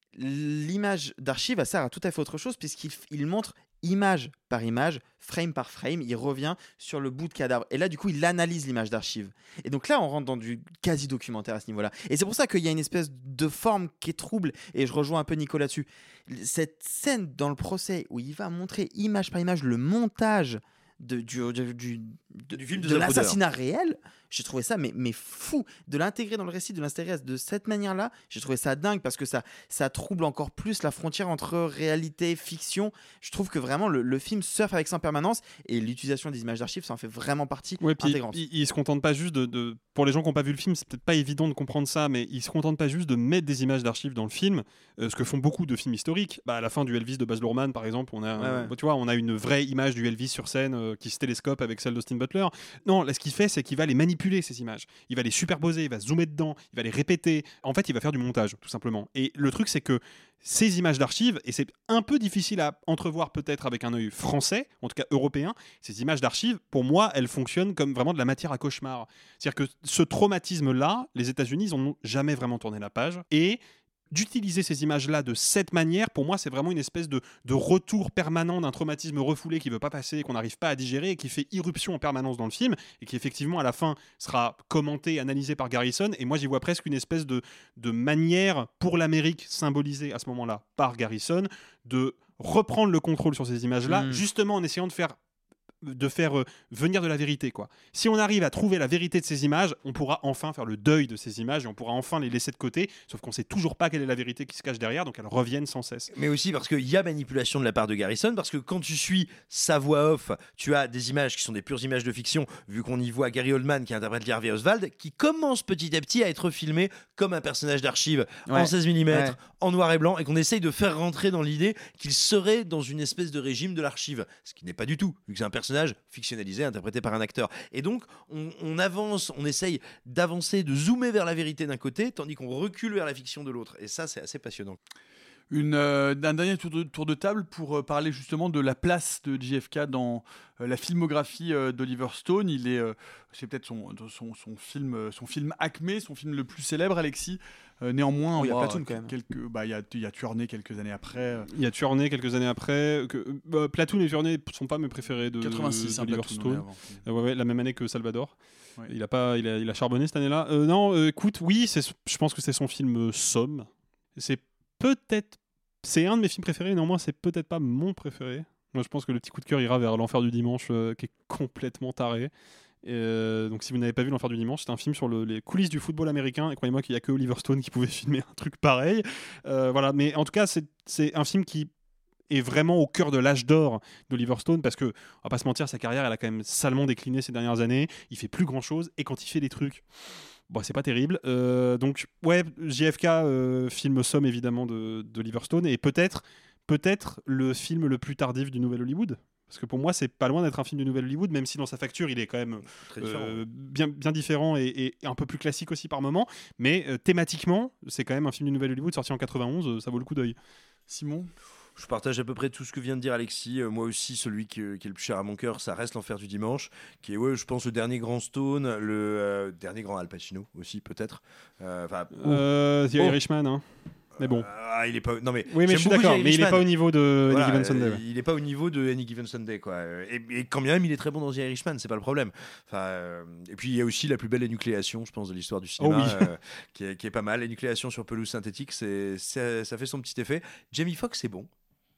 l'image d'archive elle sert à tout à fait autre chose, puisqu'il il montre image par image, frame par frame, il revient sur le bout de cadavre. Et là, du coup, il analyse l'image d'archive. Et donc là, on rentre dans du quasi-documentaire à ce niveau-là. Et c'est pour ça qu'il y a une espèce de forme qui est trouble. Et je rejoins un peu Nico là-dessus. Cette scène dans le procès où il va montrer image par image le montage de, du, du, du, de, du film de, de l'assassinat réel, j'ai trouvé ça mais, mais fou. De l'intégrer dans le récit, de l'intégrer de cette manière-là, j'ai trouvé ça dingue parce que ça, ça trouble encore plus la frontière entre réalité et fiction. Je trouve que vraiment le, le film surfe avec ça en permanence et l'utilisation des images d'archives, ça en fait vraiment partie ouais, puis intégrante. Il, il se contente pas juste de, de... Pour les gens qui n'ont pas vu le film, c'est peut-être pas évident de comprendre ça, mais il se contente pas juste de mettre des images d'archives dans le film, euh, ce que font beaucoup de films historiques. Bah, à la fin du Elvis de Baz Luhrmann, par exemple, on a, ouais, euh, ouais. tu vois, on a une vraie image du Elvis sur scène euh, qui se télescope avec celle d'Austin Butler. Non, là, ce qu'il fait, c'est qu'il va les manipuler, ces images. Il va les superposer, il va zoomer dedans, il va les répéter. En fait, il va faire du montage, tout simplement. Et le truc, c'est que ces images d'archives, et c'est un peu difficile à entrevoir peut-être avec un œil français, en tout cas européen, ces images d'archives, pour moi, elles fonctionnent comme vraiment de la matière à cauchemar. C'est-à-dire que ce traumatisme-là, les États-Unis, ils n'ont jamais vraiment tourné la page. Et d'utiliser ces images-là de cette manière, pour moi, c'est vraiment une espèce de, de retour permanent d'un traumatisme refoulé qui ne veut pas passer, qu'on n'arrive pas à digérer et qui fait irruption en permanence dans le film et qui, effectivement, à la fin, sera commenté, analysé par Garrison. Et moi, j'y vois presque une espèce de, de manière pour l'Amérique, symbolisée à ce moment-là par Garrison, de reprendre le contrôle sur ces images-là, mmh. justement en essayant de faire de faire euh, venir de la vérité, quoi. Si on arrive à trouver la vérité de ces images, on pourra enfin faire le deuil de ces images et on pourra enfin les laisser de côté, sauf qu'on sait toujours pas quelle est la vérité qui se cache derrière, donc elles reviennent sans cesse. Mais aussi parce qu'il y a manipulation de la part de Garrison, parce que quand tu suis sa voix off, tu as des images qui sont des pures images de fiction, vu qu'on y voit Gary Oldman qui interprète Lee Harvey Oswald, qui commence petit à petit à être filmé comme un personnage d'archive ouais. en seize millimètres, ouais. en noir et blanc, et qu'on essaye de faire rentrer dans l'idée qu'il serait dans une espèce de régime de l'archive, ce qui n'est pas du tout, vu que c'est un personnage fictionnalisé, interprété par un acteur. Et donc, on, on avance, on essaye d'avancer, de zoomer vers la vérité d'un côté, tandis qu'on recule vers la fiction de l'autre. Et ça, c'est assez passionnant. Une, euh, un dernier tour de, tour de table pour euh, parler justement de la place de J F K dans euh, la filmographie euh, d'Oliver Stone. Il est, euh, c'est peut-être son, son, son, film, son film Acmé, son film le plus célèbre, Alexis. Euh, néanmoins, oh, il y a bah, Platoon quand même. Quelques, bah, il y a, il y a Tueur Né quelques années après. Il y a Tueur Né quelques années après. Que, bah, Platoon et Tueur Né ne sont pas mes préférés de quatre-vingt-six, d'Oliver Platoon, Stone. ouais, ouais, ouais, la même année que Salvador. Ouais. Il, a pas, il, a, il a charbonné cette année-là. Euh, non, euh, écoute, oui, c'est, je pense que c'est son film euh, Somme. C'est peut-être C'est un de mes films préférés, néanmoins, c'est peut-être pas mon préféré. Moi, je pense que le petit coup de cœur ira vers L'Enfer du Dimanche, euh, qui est complètement taré. Euh, donc si vous n'avez pas vu L'Enfer du Dimanche, c'est un film sur le, les coulisses du football américain, et croyez-moi qu'il n'y a que Oliver Stone qui pouvait filmer un truc pareil. Euh, voilà, mais en tout cas, c'est, c'est un film qui est vraiment au cœur de l'âge d'or d'Oliver Stone, parce que, on va pas se mentir, sa carrière, elle a quand même salement décliné ces dernières années. Il fait plus grand-chose, et quand il fait des trucs, bon, c'est pas terrible. Euh, donc, ouais, J F K, euh, film somme évidemment de, d'Oliver Stone, et peut-être, peut-être le film le plus tardif du Nouvel Hollywood. Parce que pour moi, c'est pas loin d'être un film du Nouvel Hollywood, même si dans sa facture, il est quand même Très différent. euh, bien, bien différent et, et un peu plus classique aussi par moment. Mais euh, thématiquement, c'est quand même un film du Nouvel Hollywood sorti en quatre-vingt-onze, euh, ça vaut le coup d'œil. Simon ? Je partage à peu près tout ce que vient de dire Alexis. Euh, moi aussi, celui qui, qui est le plus cher à mon cœur, ça reste L'Enfer du Dimanche, qui est, ouais, je pense, le dernier grand Stone, le euh, dernier grand Al Pacino aussi, peut-être. Euh, oh. euh, The oh. Irishman, hein. Mais bon. Ah, il est pas. Non mais. Oui, mais je suis d'accord. Mais il est pas au niveau de voilà, Any Given Sunday. Ouais. Il est pas au niveau de Any Given Sunday, quoi. Et, et quand bien même, il est très bon dans The Irishman, c'est pas le problème. Enfin, euh, et puis il y a aussi la plus belle énucléation, je pense, de l'histoire du cinéma, oh, oui. euh, qui, est, qui est pas mal. L'énucléation sur pelouse synthétique, c'est, c'est, ça fait son petit effet. Jamie Foxx, c'est bon.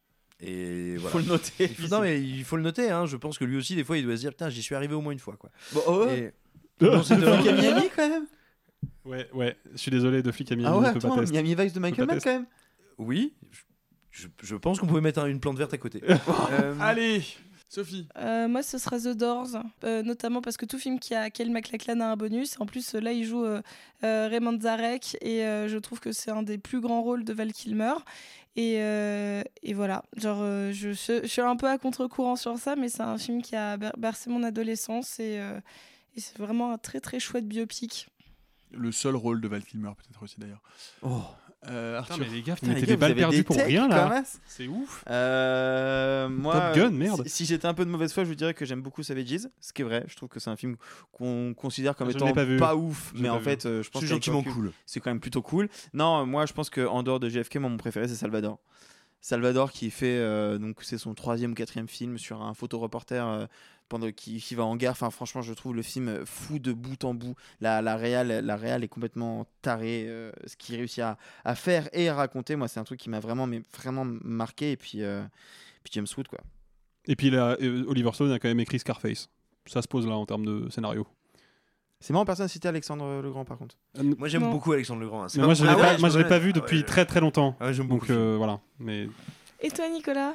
Et voilà. Faut le noter. Il faut, non mais il faut le noter. Hein. Je pense que lui aussi, des fois, il doit se dire, putain, j'y suis arrivé au moins une fois, quoi. Bon, oh, et... non, c'est de Miami quand même. Ouais, ouais. Je suis désolé, de flic à Miami. Ah ouais, on peut attends, pas tester. Miami Vice de Michael Mann quand même. Oui, je, je pense qu'on pouvait mettre un, une plante verte à côté. euh... Allez, Sophie. Euh, moi, ce sera The Doors, euh, notamment parce que tout film qui a Kyle MacLachlan a un bonus. En plus, là, il joue euh, euh, Raymond Zarek et euh, je trouve que c'est un des plus grands rôles de Val Kilmer. Et, euh, et voilà, genre, euh, je, je, je suis un peu à contre-courant sur ça, mais c'est un film qui a bercé mon adolescence et, euh, et c'est vraiment un très très chouette biopic. Le seul rôle de Val Kilmer, peut-être aussi d'ailleurs. Oh. Euh, Arthur. Putain, mais les gars, vous Putain, mettez les gars, des balles vous avez perdues des pour techs, rien quand là. même. C'est ouf. Euh, moi, Top Gun, merde. Si, si j'étais un peu de mauvaise foi, je vous dirais que j'aime beaucoup Savages, ce qui est vrai. Je trouve que c'est un film qu'on considère comme Je étant pas, vu. pas ouf, je mais en vu. fait, euh, je pense c'est que gentiment cool. C'est quand même plutôt cool. Non, moi, je pense qu'en dehors de J F K, moi, mon préféré, c'est Salvador. Salvador qui fait euh, donc c'est son troisième ou quatrième film sur un photoreporter euh, pendant qui, qui va en guerre. Enfin franchement je trouve le film fou de bout en bout. La la réal la réal est complètement tarée. Euh, ce qu'il réussit à, à faire et à raconter, moi c'est un truc qui m'a vraiment mais vraiment marqué. Et puis euh, puis James Wood quoi. Et puis là, euh, Oliver Stone a quand même écrit Scarface. Ça se pose là en termes de scénario. C'est marrant, personne n'a cité Alexandre Legrand par contre. Euh, Moi j'aime non. beaucoup Alexandre Legrand. Hein. Mais moi je l'ai ah pas, ouais, moi, je l'ai pas vu ah depuis ouais, très très longtemps. Ah ouais, j'aime beaucoup. Donc euh, voilà. Mais Et toi, Nicolas?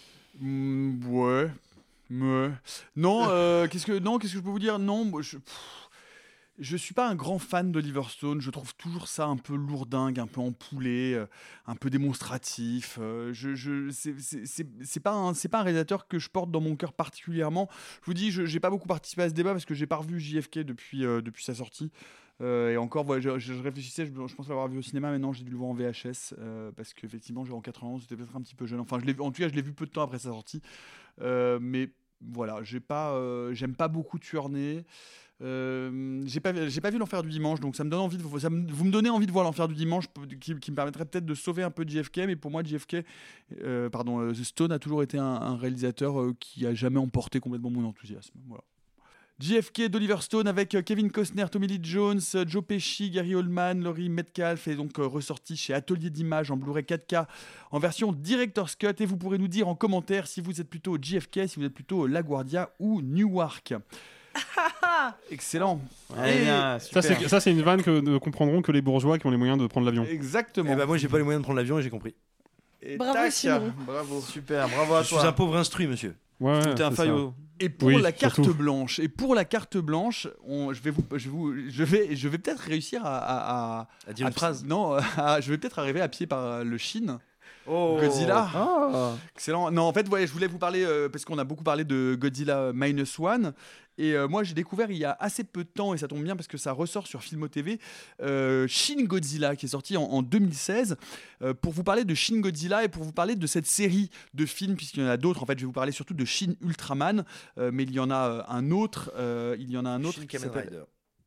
Mm, ouais. Ouais. Non, euh, qu'est-ce que non, qu'est-ce que je peux vous dire? Non, moi, je pff, je suis pas un grand fan d'Oliver Stone. Je trouve toujours ça un peu lourdingue, un peu empoulé, euh, un peu démonstratif. Euh, je, je, c'est, c'est, c'est, c'est pas un, c'est pas un réalisateur que je porte dans mon cœur particulièrement. Je vous dis, je, j'ai pas beaucoup participé à ce débat parce que j'ai pas revu J F K depuis euh, depuis sa sortie. Euh, et encore, ouais, je, je réfléchissais, je, je pense l'avoir vu au cinéma, mais non, j'ai dû le voir en V H S euh, parce qu'effectivement, en quatre-vingt-onze, j'étais peut-être un petit peu jeune. Enfin, je l'ai, en tout cas, je l'ai vu peu de temps après sa sortie. Euh, mais voilà, j'ai pas, euh, j'aime pas beaucoup Tuernay. Euh, j'ai pas, j'ai pas vu L'Enfer du Dimanche, donc ça me donne envie de, ça me, vous me donnez envie de voir L'Enfer du Dimanche, qui, qui me permettrait peut-être de sauver un peu J F K. Mais pour moi, J F K, euh, pardon, euh, Stone a toujours été un, un réalisateur euh, qui a jamais emporté complètement mon enthousiasme. Voilà. J F K d'Oliver Stone avec Kevin Costner, Tommy Lee Jones, Joe Pesci, Gary Oldman, Laurie Metcalf est donc ressorti chez Atelier d'Images en Blu-ray quatre K en version Director's Cut. Et vous pourrez nous dire en commentaire si vous êtes plutôt J F K, si vous êtes plutôt LaGuardia ou Newark. Excellent. Ouais, et bien, ça, c'est, ça c'est une vanne que ne comprendront que les bourgeois qui ont les moyens de prendre l'avion. Exactement. Et bah moi j'ai pas les moyens de prendre l'avion et j'ai compris. Et bravo tac, Simon. Bravo. Super, bravo à Je toi. suis un pauvre instruit, monsieur. Ouais, Tout est un c'est faillot. Et pour Oui, la carte surtout. blanche, et pour la carte blanche, on, je vais vous, je vais vous, je vais, je vais peut-être réussir à, à, à, À dire à une pi- phrase. Non, à- je vais peut-être arriver à pied par le Chine. Oh. Godzilla. Oh. Excellent. Non, en fait, ouais, je voulais vous parler euh, parce qu'on a beaucoup parlé de Godzilla Minus One. Et euh, moi, j'ai découvert il y a assez peu de temps, et ça tombe bien parce que ça ressort sur Filmo T V, euh, Shin Godzilla, qui est sorti en, en deux mille seize, euh, pour vous parler de Shin Godzilla et pour vous parler de cette série de films, puisqu'il y en a d'autres. En fait, je vais vous parler surtout de Shin Ultraman, euh, mais il y en a euh, un autre. Euh, il y en a un autre Shin qui Kamen s'appelle Rider.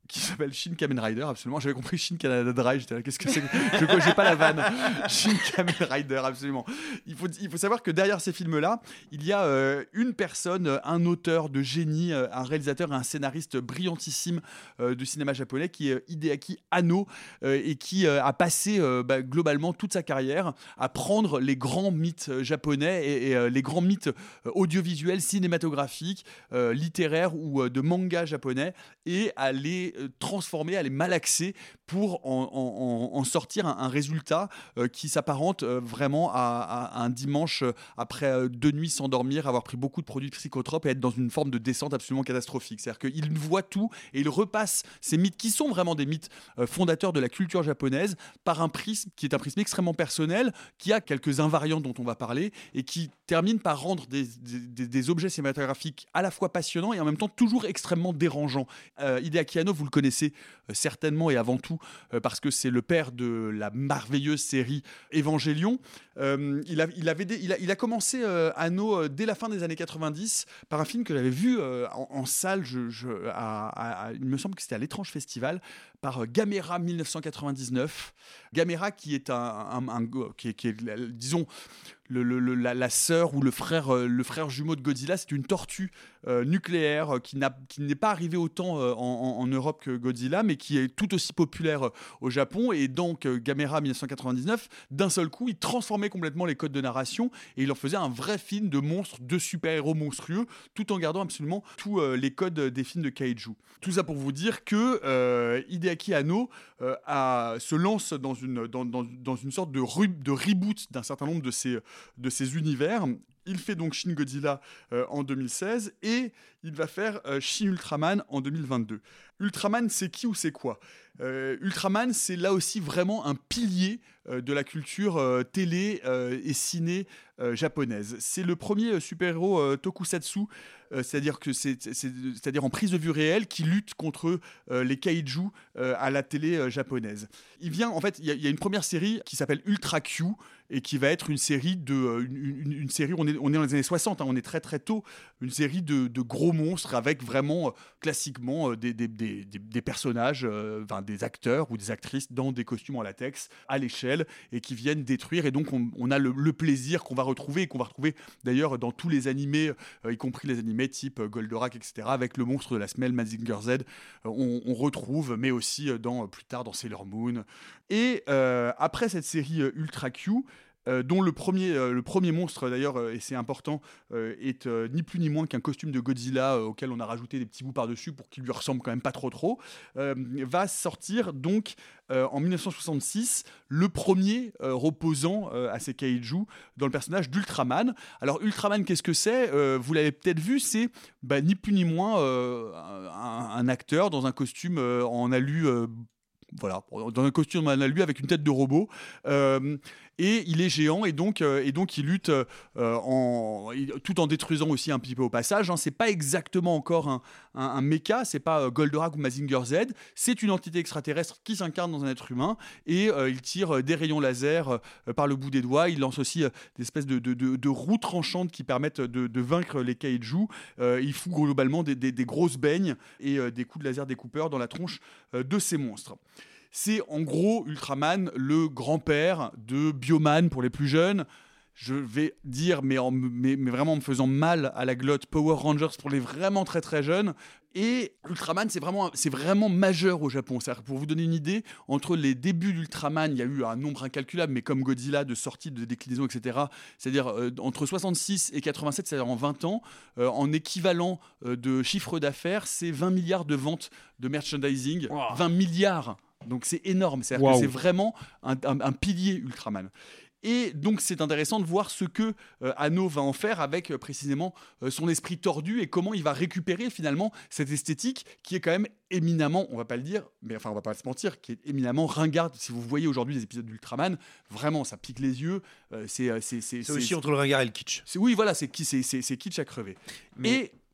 qui s'appelle Shin Kamen Rider, absolument. J'avais compris Shin Canada Dry, j'étais là, qu'est-ce que c'est que... Je j'ai pas la vanne. Shin Kamen Rider, absolument. Il faut, il faut savoir que derrière ces films-là, il y a euh, une personne, un auteur de génie, euh, un réalisateur et un scénariste brillantissime euh, du cinéma japonais qui est Hideaki Anno euh, et qui euh, a passé euh, bah, globalement toute sa carrière à prendre les grands mythes euh, japonais et, et euh, les grands mythes euh, audiovisuels, cinématographiques, euh, littéraires ou euh, de manga japonais et à les transformer, à les malaxer pour en, en, en sortir un, un résultat euh, qui s'apparente euh, vraiment à, à un dimanche euh, après euh, deux nuits sans dormir, avoir pris beaucoup de produits psychotropes et être dans une forme de descente absolument catastrophique. C'est-à-dire qu'il voit tout et il repasse ces mythes qui sont vraiment des mythes euh, fondateurs de la culture japonaise par un prisme qui est un prisme extrêmement personnel, qui a quelques invariants dont on va parler et qui termine par rendre des, des, des objets cinématographiques à la fois passionnants et en même temps toujours extrêmement dérangeants. Euh, Hideaki Anno, vous le connaissez euh, certainement et avant tout euh, parce que c'est le père de la merveilleuse série Evangelion. Euh, il, a, il, avait des, il, a, il a commencé euh, Anno euh, dès la fin des années quatre-vingt-dix par un film que j'avais vu euh, en, en salle, je, je, à, à, à, il me semble que c'était à l'Étrange Festival, par euh, Gamera dix-neuf cent quatre-vingt-dix-neuf. Gamera qui est un, un, un, un qui est, qui est, disons, Le, le, le, la, la sœur ou le frère, euh, le frère jumeau de Godzilla, c'est une tortue euh, nucléaire euh, qui, n'a, qui n'est pas arrivée autant euh, en, en Europe que Godzilla, mais qui est tout aussi populaire euh, au Japon. Et donc, euh, Gamera dix-neuf cent quatre-vingt-dix-neuf, d'un seul coup, il transformait complètement les codes de narration et il en faisait un vrai film de monstres, de super-héros monstrueux, tout en gardant absolument tous euh, les codes des films de kaiju. Tout ça pour vous dire que euh, Hideaki Anno euh, a, se lance dans une, dans, dans, dans une sorte de, re, de reboot d'un certain nombre de ses de ces univers. Il fait donc Shin Godzilla euh, en deux mille seize et il va faire euh, Shin Ultraman en deux mille vingt-deux. Ultraman, c'est qui ou c'est quoi ? euh, Ultraman, c'est là aussi vraiment un pilier euh, de la culture euh, télé euh, et ciné euh, japonaise. C'est le premier euh, super-héros euh, tokusatsu, euh, c'est-à-dire que c'est, c'est, c'est-à-dire en prise de vue réelle, qui lutte contre euh, les kaiju euh, à la télé euh, japonaise. Il vient, en fait, il y, y a une première série qui s'appelle Ultra Q et qui va être une série de, euh, une, une, une série, on est, on est dans les années soixante, hein, on est très très tôt, une série de, de gros monstres avec vraiment euh, classiquement euh, des, des, des, des personnages, euh, enfin, des acteurs ou des actrices dans des costumes en latex à l'échelle et qui viennent détruire. Et donc on, on a le, le plaisir qu'on va retrouver et qu'on va retrouver d'ailleurs dans tous les animés, euh, y compris les animés type euh, Goldorak, et cetera, avec le monstre de la semelle Mazinger Z. Euh, on, on retrouve, mais aussi dans, euh, plus tard dans Sailor Moon. Et euh, après cette série euh, Ultra Q, Euh, dont le premier, euh, le premier monstre d'ailleurs, euh, et c'est important, euh, est euh, ni plus ni moins qu'un costume de Godzilla euh, auquel on a rajouté des petits bouts par-dessus pour qu'il lui ressemble quand même pas trop trop, euh, va sortir donc euh, en dix-neuf cent soixante-six le premier euh, reposant euh, à ces kaiju dans le personnage d'Ultraman. Alors Ultraman, qu'est-ce que c'est ? euh, Vous l'avez peut-être vu, c'est bah, ni plus ni moins euh, un, un acteur dans un costume euh, en alu euh, voilà, dans un costume en alu avec une tête de robot, euh, et il est géant et donc, euh, et donc il lutte euh, en, tout en détruisant aussi un petit peu au passage, hein. C'est pas exactement encore un, un, un mecha, c'est pas euh, Goldorak ou Mazinger Z, c'est une entité extraterrestre qui s'incarne dans un être humain et euh, il tire des rayons laser euh, par le bout des doigts, il lance aussi euh, des espèces de, de, de, de roues tranchantes qui permettent de, de vaincre les kaiju, euh, il fout globalement des, des, des grosses beignes et euh, des coups de laser découpeurs dans la tronche euh, de ces monstres. C'est en gros Ultraman, le grand-père de Bioman pour les plus jeunes. Je vais dire, mais, en, mais, mais vraiment en me faisant mal à la glotte, Power Rangers pour les vraiment très très jeunes. Et Ultraman, c'est vraiment, c'est vraiment majeur au Japon. C'est-à-dire, pour vous donner une idée, entre les débuts d'Ultraman, il y a eu un nombre incalculable, mais comme Godzilla, de sorties, de déclinaisons, et cetera. C'est-à-dire euh, entre soixante-six et quatre-vingt-sept, c'est-à-dire en vingt ans, euh, en équivalent euh, de chiffre d'affaires, c'est vingt milliards de ventes de merchandising. Wow. vingt milliards. Donc c'est énorme. C'est-à-dire wow. que c'est vraiment un, un, un pilier Ultraman. Et donc c'est intéressant de voir ce que euh, Anno va en faire avec euh, précisément euh, son esprit tordu et comment il va récupérer finalement cette esthétique qui est quand même éminemment, on va pas le dire, mais enfin on va pas se mentir, qui est éminemment ringarde. Si vous voyez aujourd'hui les épisodes d'Ultraman, vraiment ça pique les yeux. Euh, c'est, c'est, c'est, c'est, c'est aussi c'est, entre le ringard et le kitsch. C'est, oui voilà, c'est, c'est, c'est, c'est kitsch à crever. Mais... Et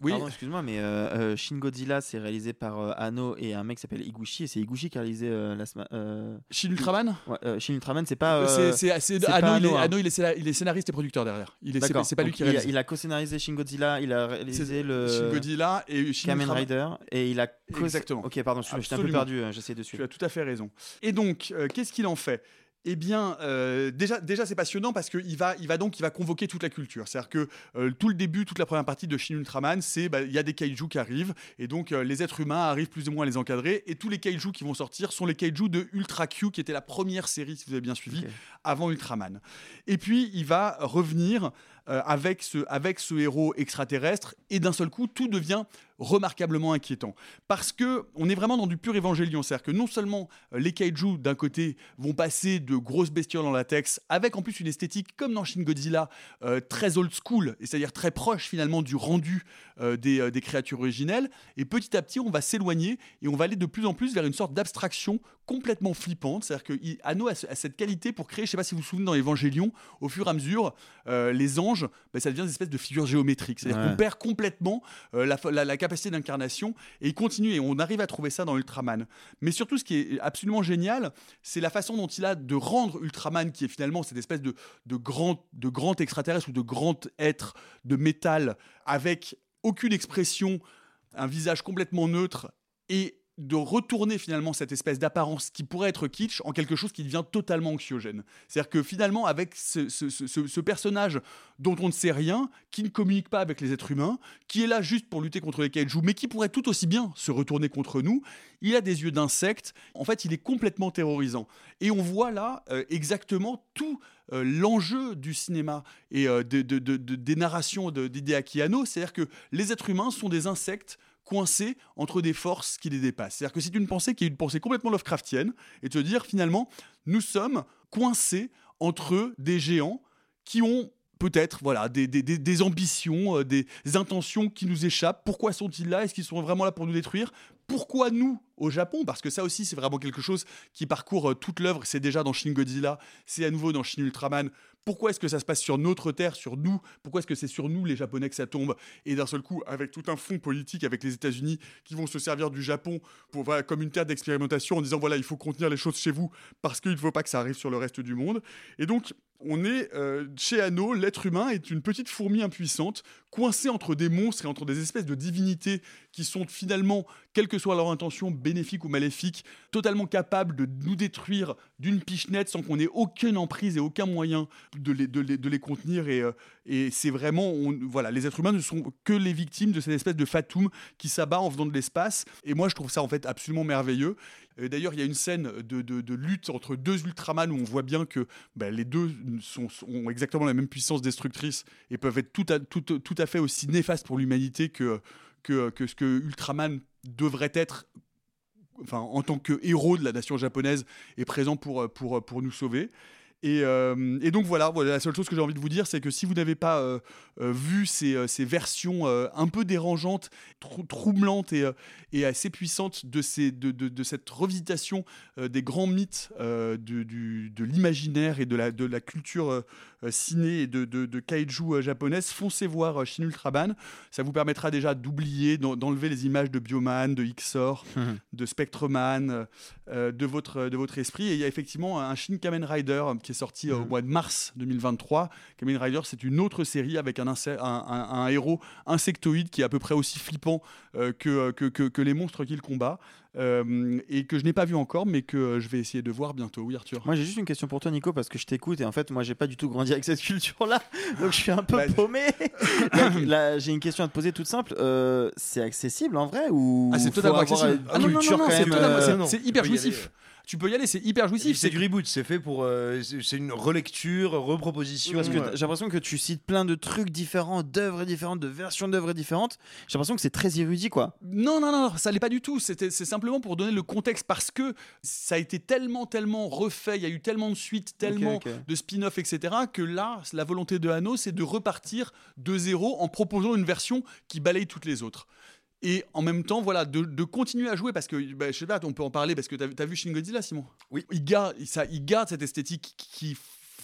Oui. Pardon, excuse-moi, mais euh, euh, Shin Godzilla, c'est réalisé par euh, Anno et un mec qui s'appelle Higuchi, et c'est Higuchi qui a réalisé euh, la sema- euh... Shin Ultraman. Ouais, euh, Shin Ultraman, c'est pas. Euh, c'est, c'est, c'est, c'est Anno, pas il, est, Anno, hein. Anno il, est scénar- il est scénariste et producteur derrière. Il est, c'est, D'accord. c'est pas lui Donc, qui il a, réalise. il a co-scénarisé Shin Godzilla, il a réalisé C'est le. Shin Godzilla et Shin Kamen Ultraman. Rider, et il a. Co- Exactement. Ok, pardon, je j'étais un peu Absolument. perdu, hein, j'essaie de suivre. Tu as tout à fait raison. Et donc, euh, qu'est-ce qu'il en fait ? Eh bien, euh, déjà, déjà c'est passionnant parce qu'il va, il va donc, il va convoquer toute la culture. C'est-à-dire que euh, tout le début, toute la première partie de Shin Ultraman, c'est, bah, il y a des kaijus qui arrivent et donc euh, les êtres humains arrivent plus ou moins à les encadrer. Et tous les kaijus qui vont sortir sont les kaijus de Ultra Q, qui était la première série, si vous avez bien suivi, okay. avant Ultraman. Et puis, il va revenir euh, avec ce, avec ce héros extraterrestre et d'un seul coup, tout devient remarquablement inquiétant parce que on est vraiment dans du pur évangélion, c'est-à-dire que non seulement euh, les kaijus d'un côté vont passer de grosses bestioles en latex avec en plus une esthétique comme dans Shin Godzilla euh, très old school, et c'est-à-dire très proche finalement du rendu euh, des, euh, des créatures originelles, et petit à petit on va s'éloigner et on va aller de plus en plus vers une sorte d'abstraction complètement flippante, c'est-à-dire que Anno a, a cette qualité pour créer, je sais pas si vous vous souvenez dans Évangélion, au fur et à mesure euh, les anges, bah, ça devient des espèces de figures géométriques, c'est-à-dire ouais. qu'on perd complètement euh, la, la, la capacité d'incarnation, et il continue, et on arrive à trouver ça dans Ultraman. Mais surtout, ce qui est absolument génial, c'est la façon dont il a de rendre Ultraman, qui est finalement cette espèce de, de, grand, de grand extraterrestre ou de grand être de métal, avec aucune expression, un visage complètement neutre, et de retourner finalement cette espèce d'apparence qui pourrait être kitsch en quelque chose qui devient totalement anxiogène. C'est-à-dire que finalement, avec ce, ce, ce, ce personnage dont on ne sait rien, qui ne communique pas avec les êtres humains, qui est là juste pour lutter contre les kaijus, mais qui pourrait tout aussi bien se retourner contre nous, il a des yeux d'insecte, en fait il est complètement terrorisant. Et on voit là euh, exactement tout euh, l'enjeu du cinéma et euh, de, de, de, de, des narrations de, d'Hideaki Anno, c'est-à-dire que les êtres humains sont des insectes coincés entre des forces qui les dépassent. C'est-à-dire que c'est une pensée qui est une pensée complètement Lovecraftienne, et de se dire finalement, nous sommes coincés entre des géants qui ont peut-être voilà, des, des, des ambitions, euh, des intentions qui nous échappent. Pourquoi sont-ils là ? Est-ce qu'ils sont vraiment là pour nous détruire ? Pourquoi nous, au Japon ? Parce que ça aussi, c'est vraiment quelque chose qui parcourt euh, toute l'œuvre. C'est déjà dans Shin Godzilla, c'est à nouveau dans Shin Ultraman. Pourquoi est-ce que ça se passe sur notre terre, sur nous ? Pourquoi est-ce que c'est sur nous, les Japonais, que ça tombe ? Et d'un seul coup, avec tout un fond politique avec les États-Unis qui vont se servir du Japon pour, voilà, comme une terre d'expérimentation en disant voilà, il faut contenir les choses chez vous parce qu'il ne faut pas que ça arrive sur le reste du monde. Et donc, on est euh, chez Anno, l'être humain est une petite fourmi impuissante, coincée entre des monstres et entre des espèces de divinités qui sont finalement, quelle que soit leur intention, bénéfique ou maléfique, totalement capables de nous détruire d'une pichenette sans qu'on ait aucune emprise et aucun moyen de les, de les, de les contenir. Et, euh, et c'est vraiment, on, voilà, les êtres humains ne sont que les victimes de cette espèce de fatum qui s'abat en venant de l'espace. Et moi, je trouve ça en fait absolument merveilleux. Et d'ailleurs, il y a une scène de, de, de lutte entre deux Ultraman où on voit bien que bah, les deux sont, ont exactement la même puissance destructrice et peuvent être tout à, tout, tout à fait aussi néfastes pour l'humanité que, que, que ce que Ultraman devrait être, enfin, en tant que héros de la nation japonaise, est présent pour, pour, pour nous sauver. Et, euh, et donc voilà, voilà, la seule chose que j'ai envie de vous dire, c'est que si vous n'avez pas euh, euh, vu ces, ces versions euh, un peu dérangeantes, trou- troublantes et, euh, et assez puissantes de, ces, de, de, de cette revisitation euh, des grands mythes euh, de, du, de l'imaginaire et de la, de la culture euh, ciné et de, de, de kaiju euh, japonaise, foncez voir euh, Shin Ultraman. Ça vous permettra déjà d'oublier, d'en, d'enlever les images de Bioman, de Xor, mmh. de Spectreman, euh, de, votre, de votre esprit. Et il y a effectivement un Shin Kamen Rider qui est sorti mmh. au mois de mars deux mille vingt-trois. Kamen Rider, c'est une autre série avec un, insé- un, un, un héros insectoïde qui est à peu près aussi flippant euh, que, que, que, que les monstres qu'il combat. Euh, et que je n'ai pas vu encore, mais que je vais essayer de voir bientôt. Oui, Arthur. Moi, j'ai juste une question pour toi, Nico, parce que je t'écoute et en fait, moi, j'ai pas du tout grandi avec cette culture-là, donc je suis un peu bah, paumé. là, là, j'ai une question à te poser toute simple. Euh, c'est accessible en vrai ou ah, c'est totalement accessible. Ah, non, non, non, non, c'est, même, euh... c'est, c'est hyper jouissif. Tu peux y aller, c'est hyper jouissif. C'est, c'est du reboot, c'est fait pour. Euh, c'est, c'est une relecture, reproposition. Parce que j'ai l'impression que tu cites plein de trucs différents, d'œuvres différentes, de versions d'œuvres différentes. J'ai l'impression que c'est très érudit, quoi. Non, non, non, ça l'est pas du tout. C'était, c'est simplement pour donner le contexte parce que ça a été tellement, tellement refait, il y a eu tellement de suites, tellement okay, okay. de spin-off, et cetera, que là, la volonté de Anno, c'est de repartir de zéro en proposant une version qui balaye toutes les autres. Et en même temps, voilà, de, de continuer à jouer parce que, bah, je sais pas, on peut en parler parce que t'as, t'as vu Shin Godzilla, Simon ? Oui. Il garde, ça, il garde cette esthétique qui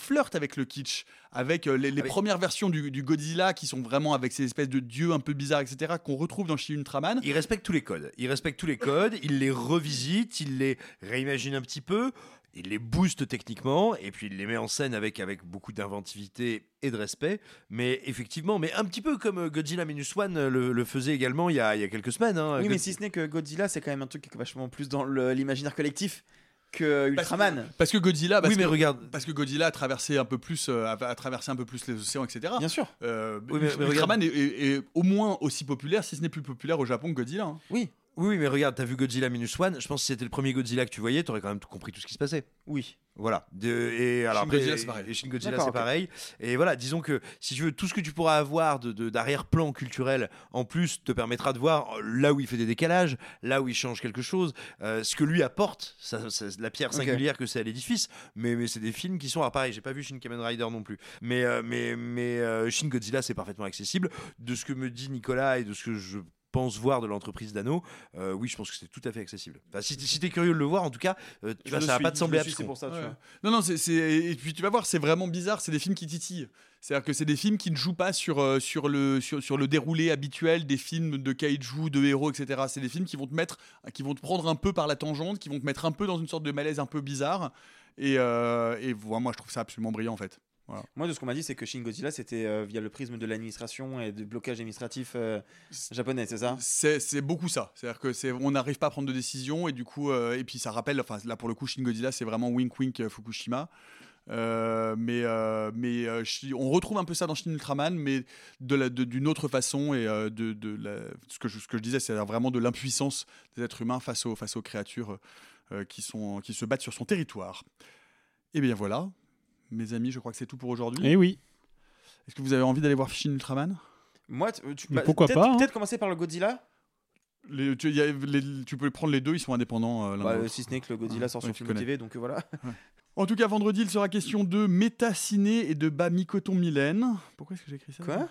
flirte avec le kitsch, avec euh, les, les Ah oui. premières versions du, du Godzilla qui sont vraiment avec ces espèces de dieux un peu bizarres, et cetera, qu'on retrouve dans Shin Ultraman. Il respecte tous les codes. Il respecte tous les codes, il les revisite, il les réimagine un petit peu, il les booste techniquement, et puis il les met en scène avec, avec beaucoup d'inventivité et de respect. Mais effectivement, mais un petit peu comme Godzilla Minus One le, le faisait également il y a, il y a quelques semaines. Hein. Oui, God- mais si ce n'est que Godzilla, c'est quand même un truc qui est vachement plus dans le- l'imaginaire collectif que Ultraman. Parce que, parce que Godzilla, parce Oui, mais que, regarde. parce que Godzilla a traversé un peu plus, euh, a, a traversé un peu plus les océans, et cetera. Bien sûr. Euh, Oui, mais- mais Ultraman est, est- est au moins aussi populaire, si ce n'est plus populaire au Japon que Godzilla. Hein. Oui. Oui, mais regarde, t'as vu Godzilla Minus One, je pense que si c'était le premier Godzilla que tu voyais, t'aurais quand même tout compris tout ce qui se passait. Oui. Voilà. De, et alors Shin après, Godzilla, c'est pareil. Et Shin Godzilla, D'accord, c'est ok. pareil. Et voilà, disons que si tu veux, tout ce que tu pourras avoir de, de- d'arrière-plan culturel, en plus, te permettra de voir là où il fait des décalages, là où il change quelque chose, euh, ce que lui apporte, ça, ça- la pierre Ok. singulière que c'est à l'édifice. Mais, mais c'est des films qui sont, alors pareil, j'ai pas vu Shin Kamen Rider non plus. Mais, euh, mais, mais euh, Shin Godzilla, c'est parfaitement accessible. De ce que me dit Nicolas et de ce que je pense voir de l'entreprise d'Anno, euh, oui, je pense que c'est tout à fait accessible. Enfin, si, si t'es curieux de le voir, en tout cas, euh, tu Je vois, le ça va suis, pas te je sembler le suis, abscon. c'est pour ça, tu Ouais. vois. Non, non, c'est, c'est- et puis tu vas voir, c'est vraiment bizarre, c'est des films qui titillent. C'est-à-dire que c'est des films qui ne jouent pas sur, euh, sur, le, sur, sur le déroulé habituel des films de kaiju, de héros, et cetera. C'est des films qui vont te mettre, qui vont te prendre un peu par la tangente, qui vont te mettre un peu dans une sorte de malaise un peu bizarre. Et, euh, et voilà, moi, je trouve ça absolument brillant, en fait. Voilà. Moi, de ce qu'on m'a dit, c'est que Shin Godzilla, c'était euh, via le prisme de l'administration et du blocage administratif euh, japonais, c'est ça? C'est, c'est beaucoup ça. C'est-à-dire que c'est, on n'arrive pas à prendre de décision et du coup, euh, et puis ça rappelle, enfin là pour le coup, Shin Godzilla, c'est vraiment wink wink euh, Fukushima. Euh, mais euh, mais euh, Shi- on retrouve un peu ça dans Shin Ultraman, mais de la, de- d'une autre façon et euh, de, de la, ce que je, ce que je disais, c'est vraiment de l'impuissance des êtres humains face aux face aux créatures euh, qui sont qui se battent sur son territoire. Et bien voilà, mes amis, je crois que c'est tout pour aujourd'hui. Eh oui. Est-ce que vous avez envie d'aller voir Shin Ultraman? Moi, tu, tu- Mais bah, pourquoi peut-être, pas, hein. Peut-être commencer par le Godzilla. Les- tu, y a- les- tu peux prendre les deux, ils sont indépendants. euh, l'un Bah, de euh, l'autre. si ce n'est que le Godzilla sort Ouais, son tu film connais. T V, donc euh, voilà. En tout cas, vendredi, il sera question de Méta-Ciné et de Bami Coton Mylène. Pourquoi est-ce que j'ai écrit ça? Quoi?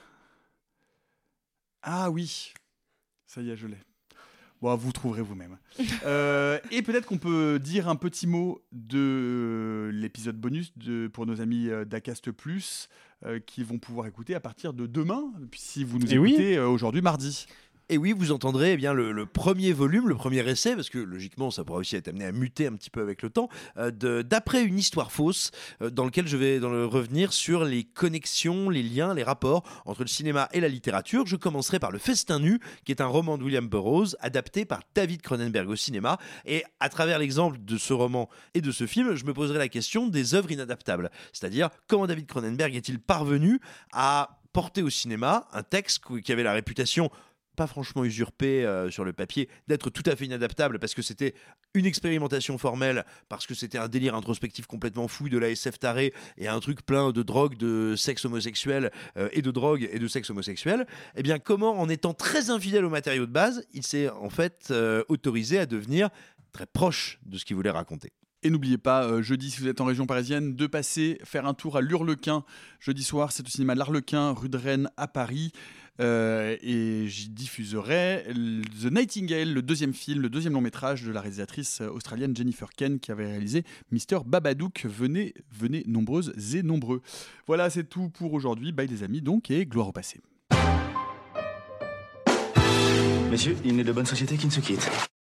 Ah oui, ça y est, je l'ai. Bon, vous trouverez vous-même. Euh, et peut-être qu'on peut dire un petit mot de l'épisode bonus de, pour nos amis euh, d'Acast Plus euh, qui vont pouvoir écouter à partir de demain, si vous nous Eh oui. écoutez euh, aujourd'hui mardi. Et oui, vous entendrez eh bien le, le premier volume, le premier essai, parce que logiquement, ça pourra aussi être amené à muter un petit peu avec le temps, euh, de- d'après une histoire fausse, euh, dans lequel je vais dans le, revenir sur les connexions, les liens, les rapports entre le cinéma et la littérature. Je commencerai par Le Festin nu, qui est un roman de William Burroughs, adapté par David Cronenberg au cinéma. Et à travers l'exemple de ce roman et de ce film, je me poserai la question des œuvres inadaptables. C'est-à-dire, comment David Cronenberg est-il parvenu à porter au cinéma un texte qui avait la réputation pas franchement usurpé euh, sur le papier, d'être tout à fait inadaptable parce que c'était une expérimentation formelle, parce que c'était un délire introspectif complètement fou, de la S F taré et un truc plein de drogue, de sexe homosexuel euh, et de drogue et de sexe homosexuel. Eh bien, comment, en étant très infidèle au matériau de base, il s'est en fait euh, autorisé à devenir très proche de ce qu'il voulait raconter. Et n'oubliez pas, euh, jeudi, si vous êtes en région parisienne, de passer faire un tour à l'Urlequin. Jeudi soir, c'est au cinéma de l'Arlequin, rue de Rennes, à Paris. Euh, et j'y diffuserai The Nightingale, le deuxième film, le deuxième long métrage de la réalisatrice australienne Jennifer Kent qui avait réalisé Mister Babadook. Venez, venez nombreuses et nombreux. Voilà, c'est tout pour aujourd'hui. Bye les amis, donc, et gloire au passé. Messieurs, il n'est de bonne société qui ne se quitte.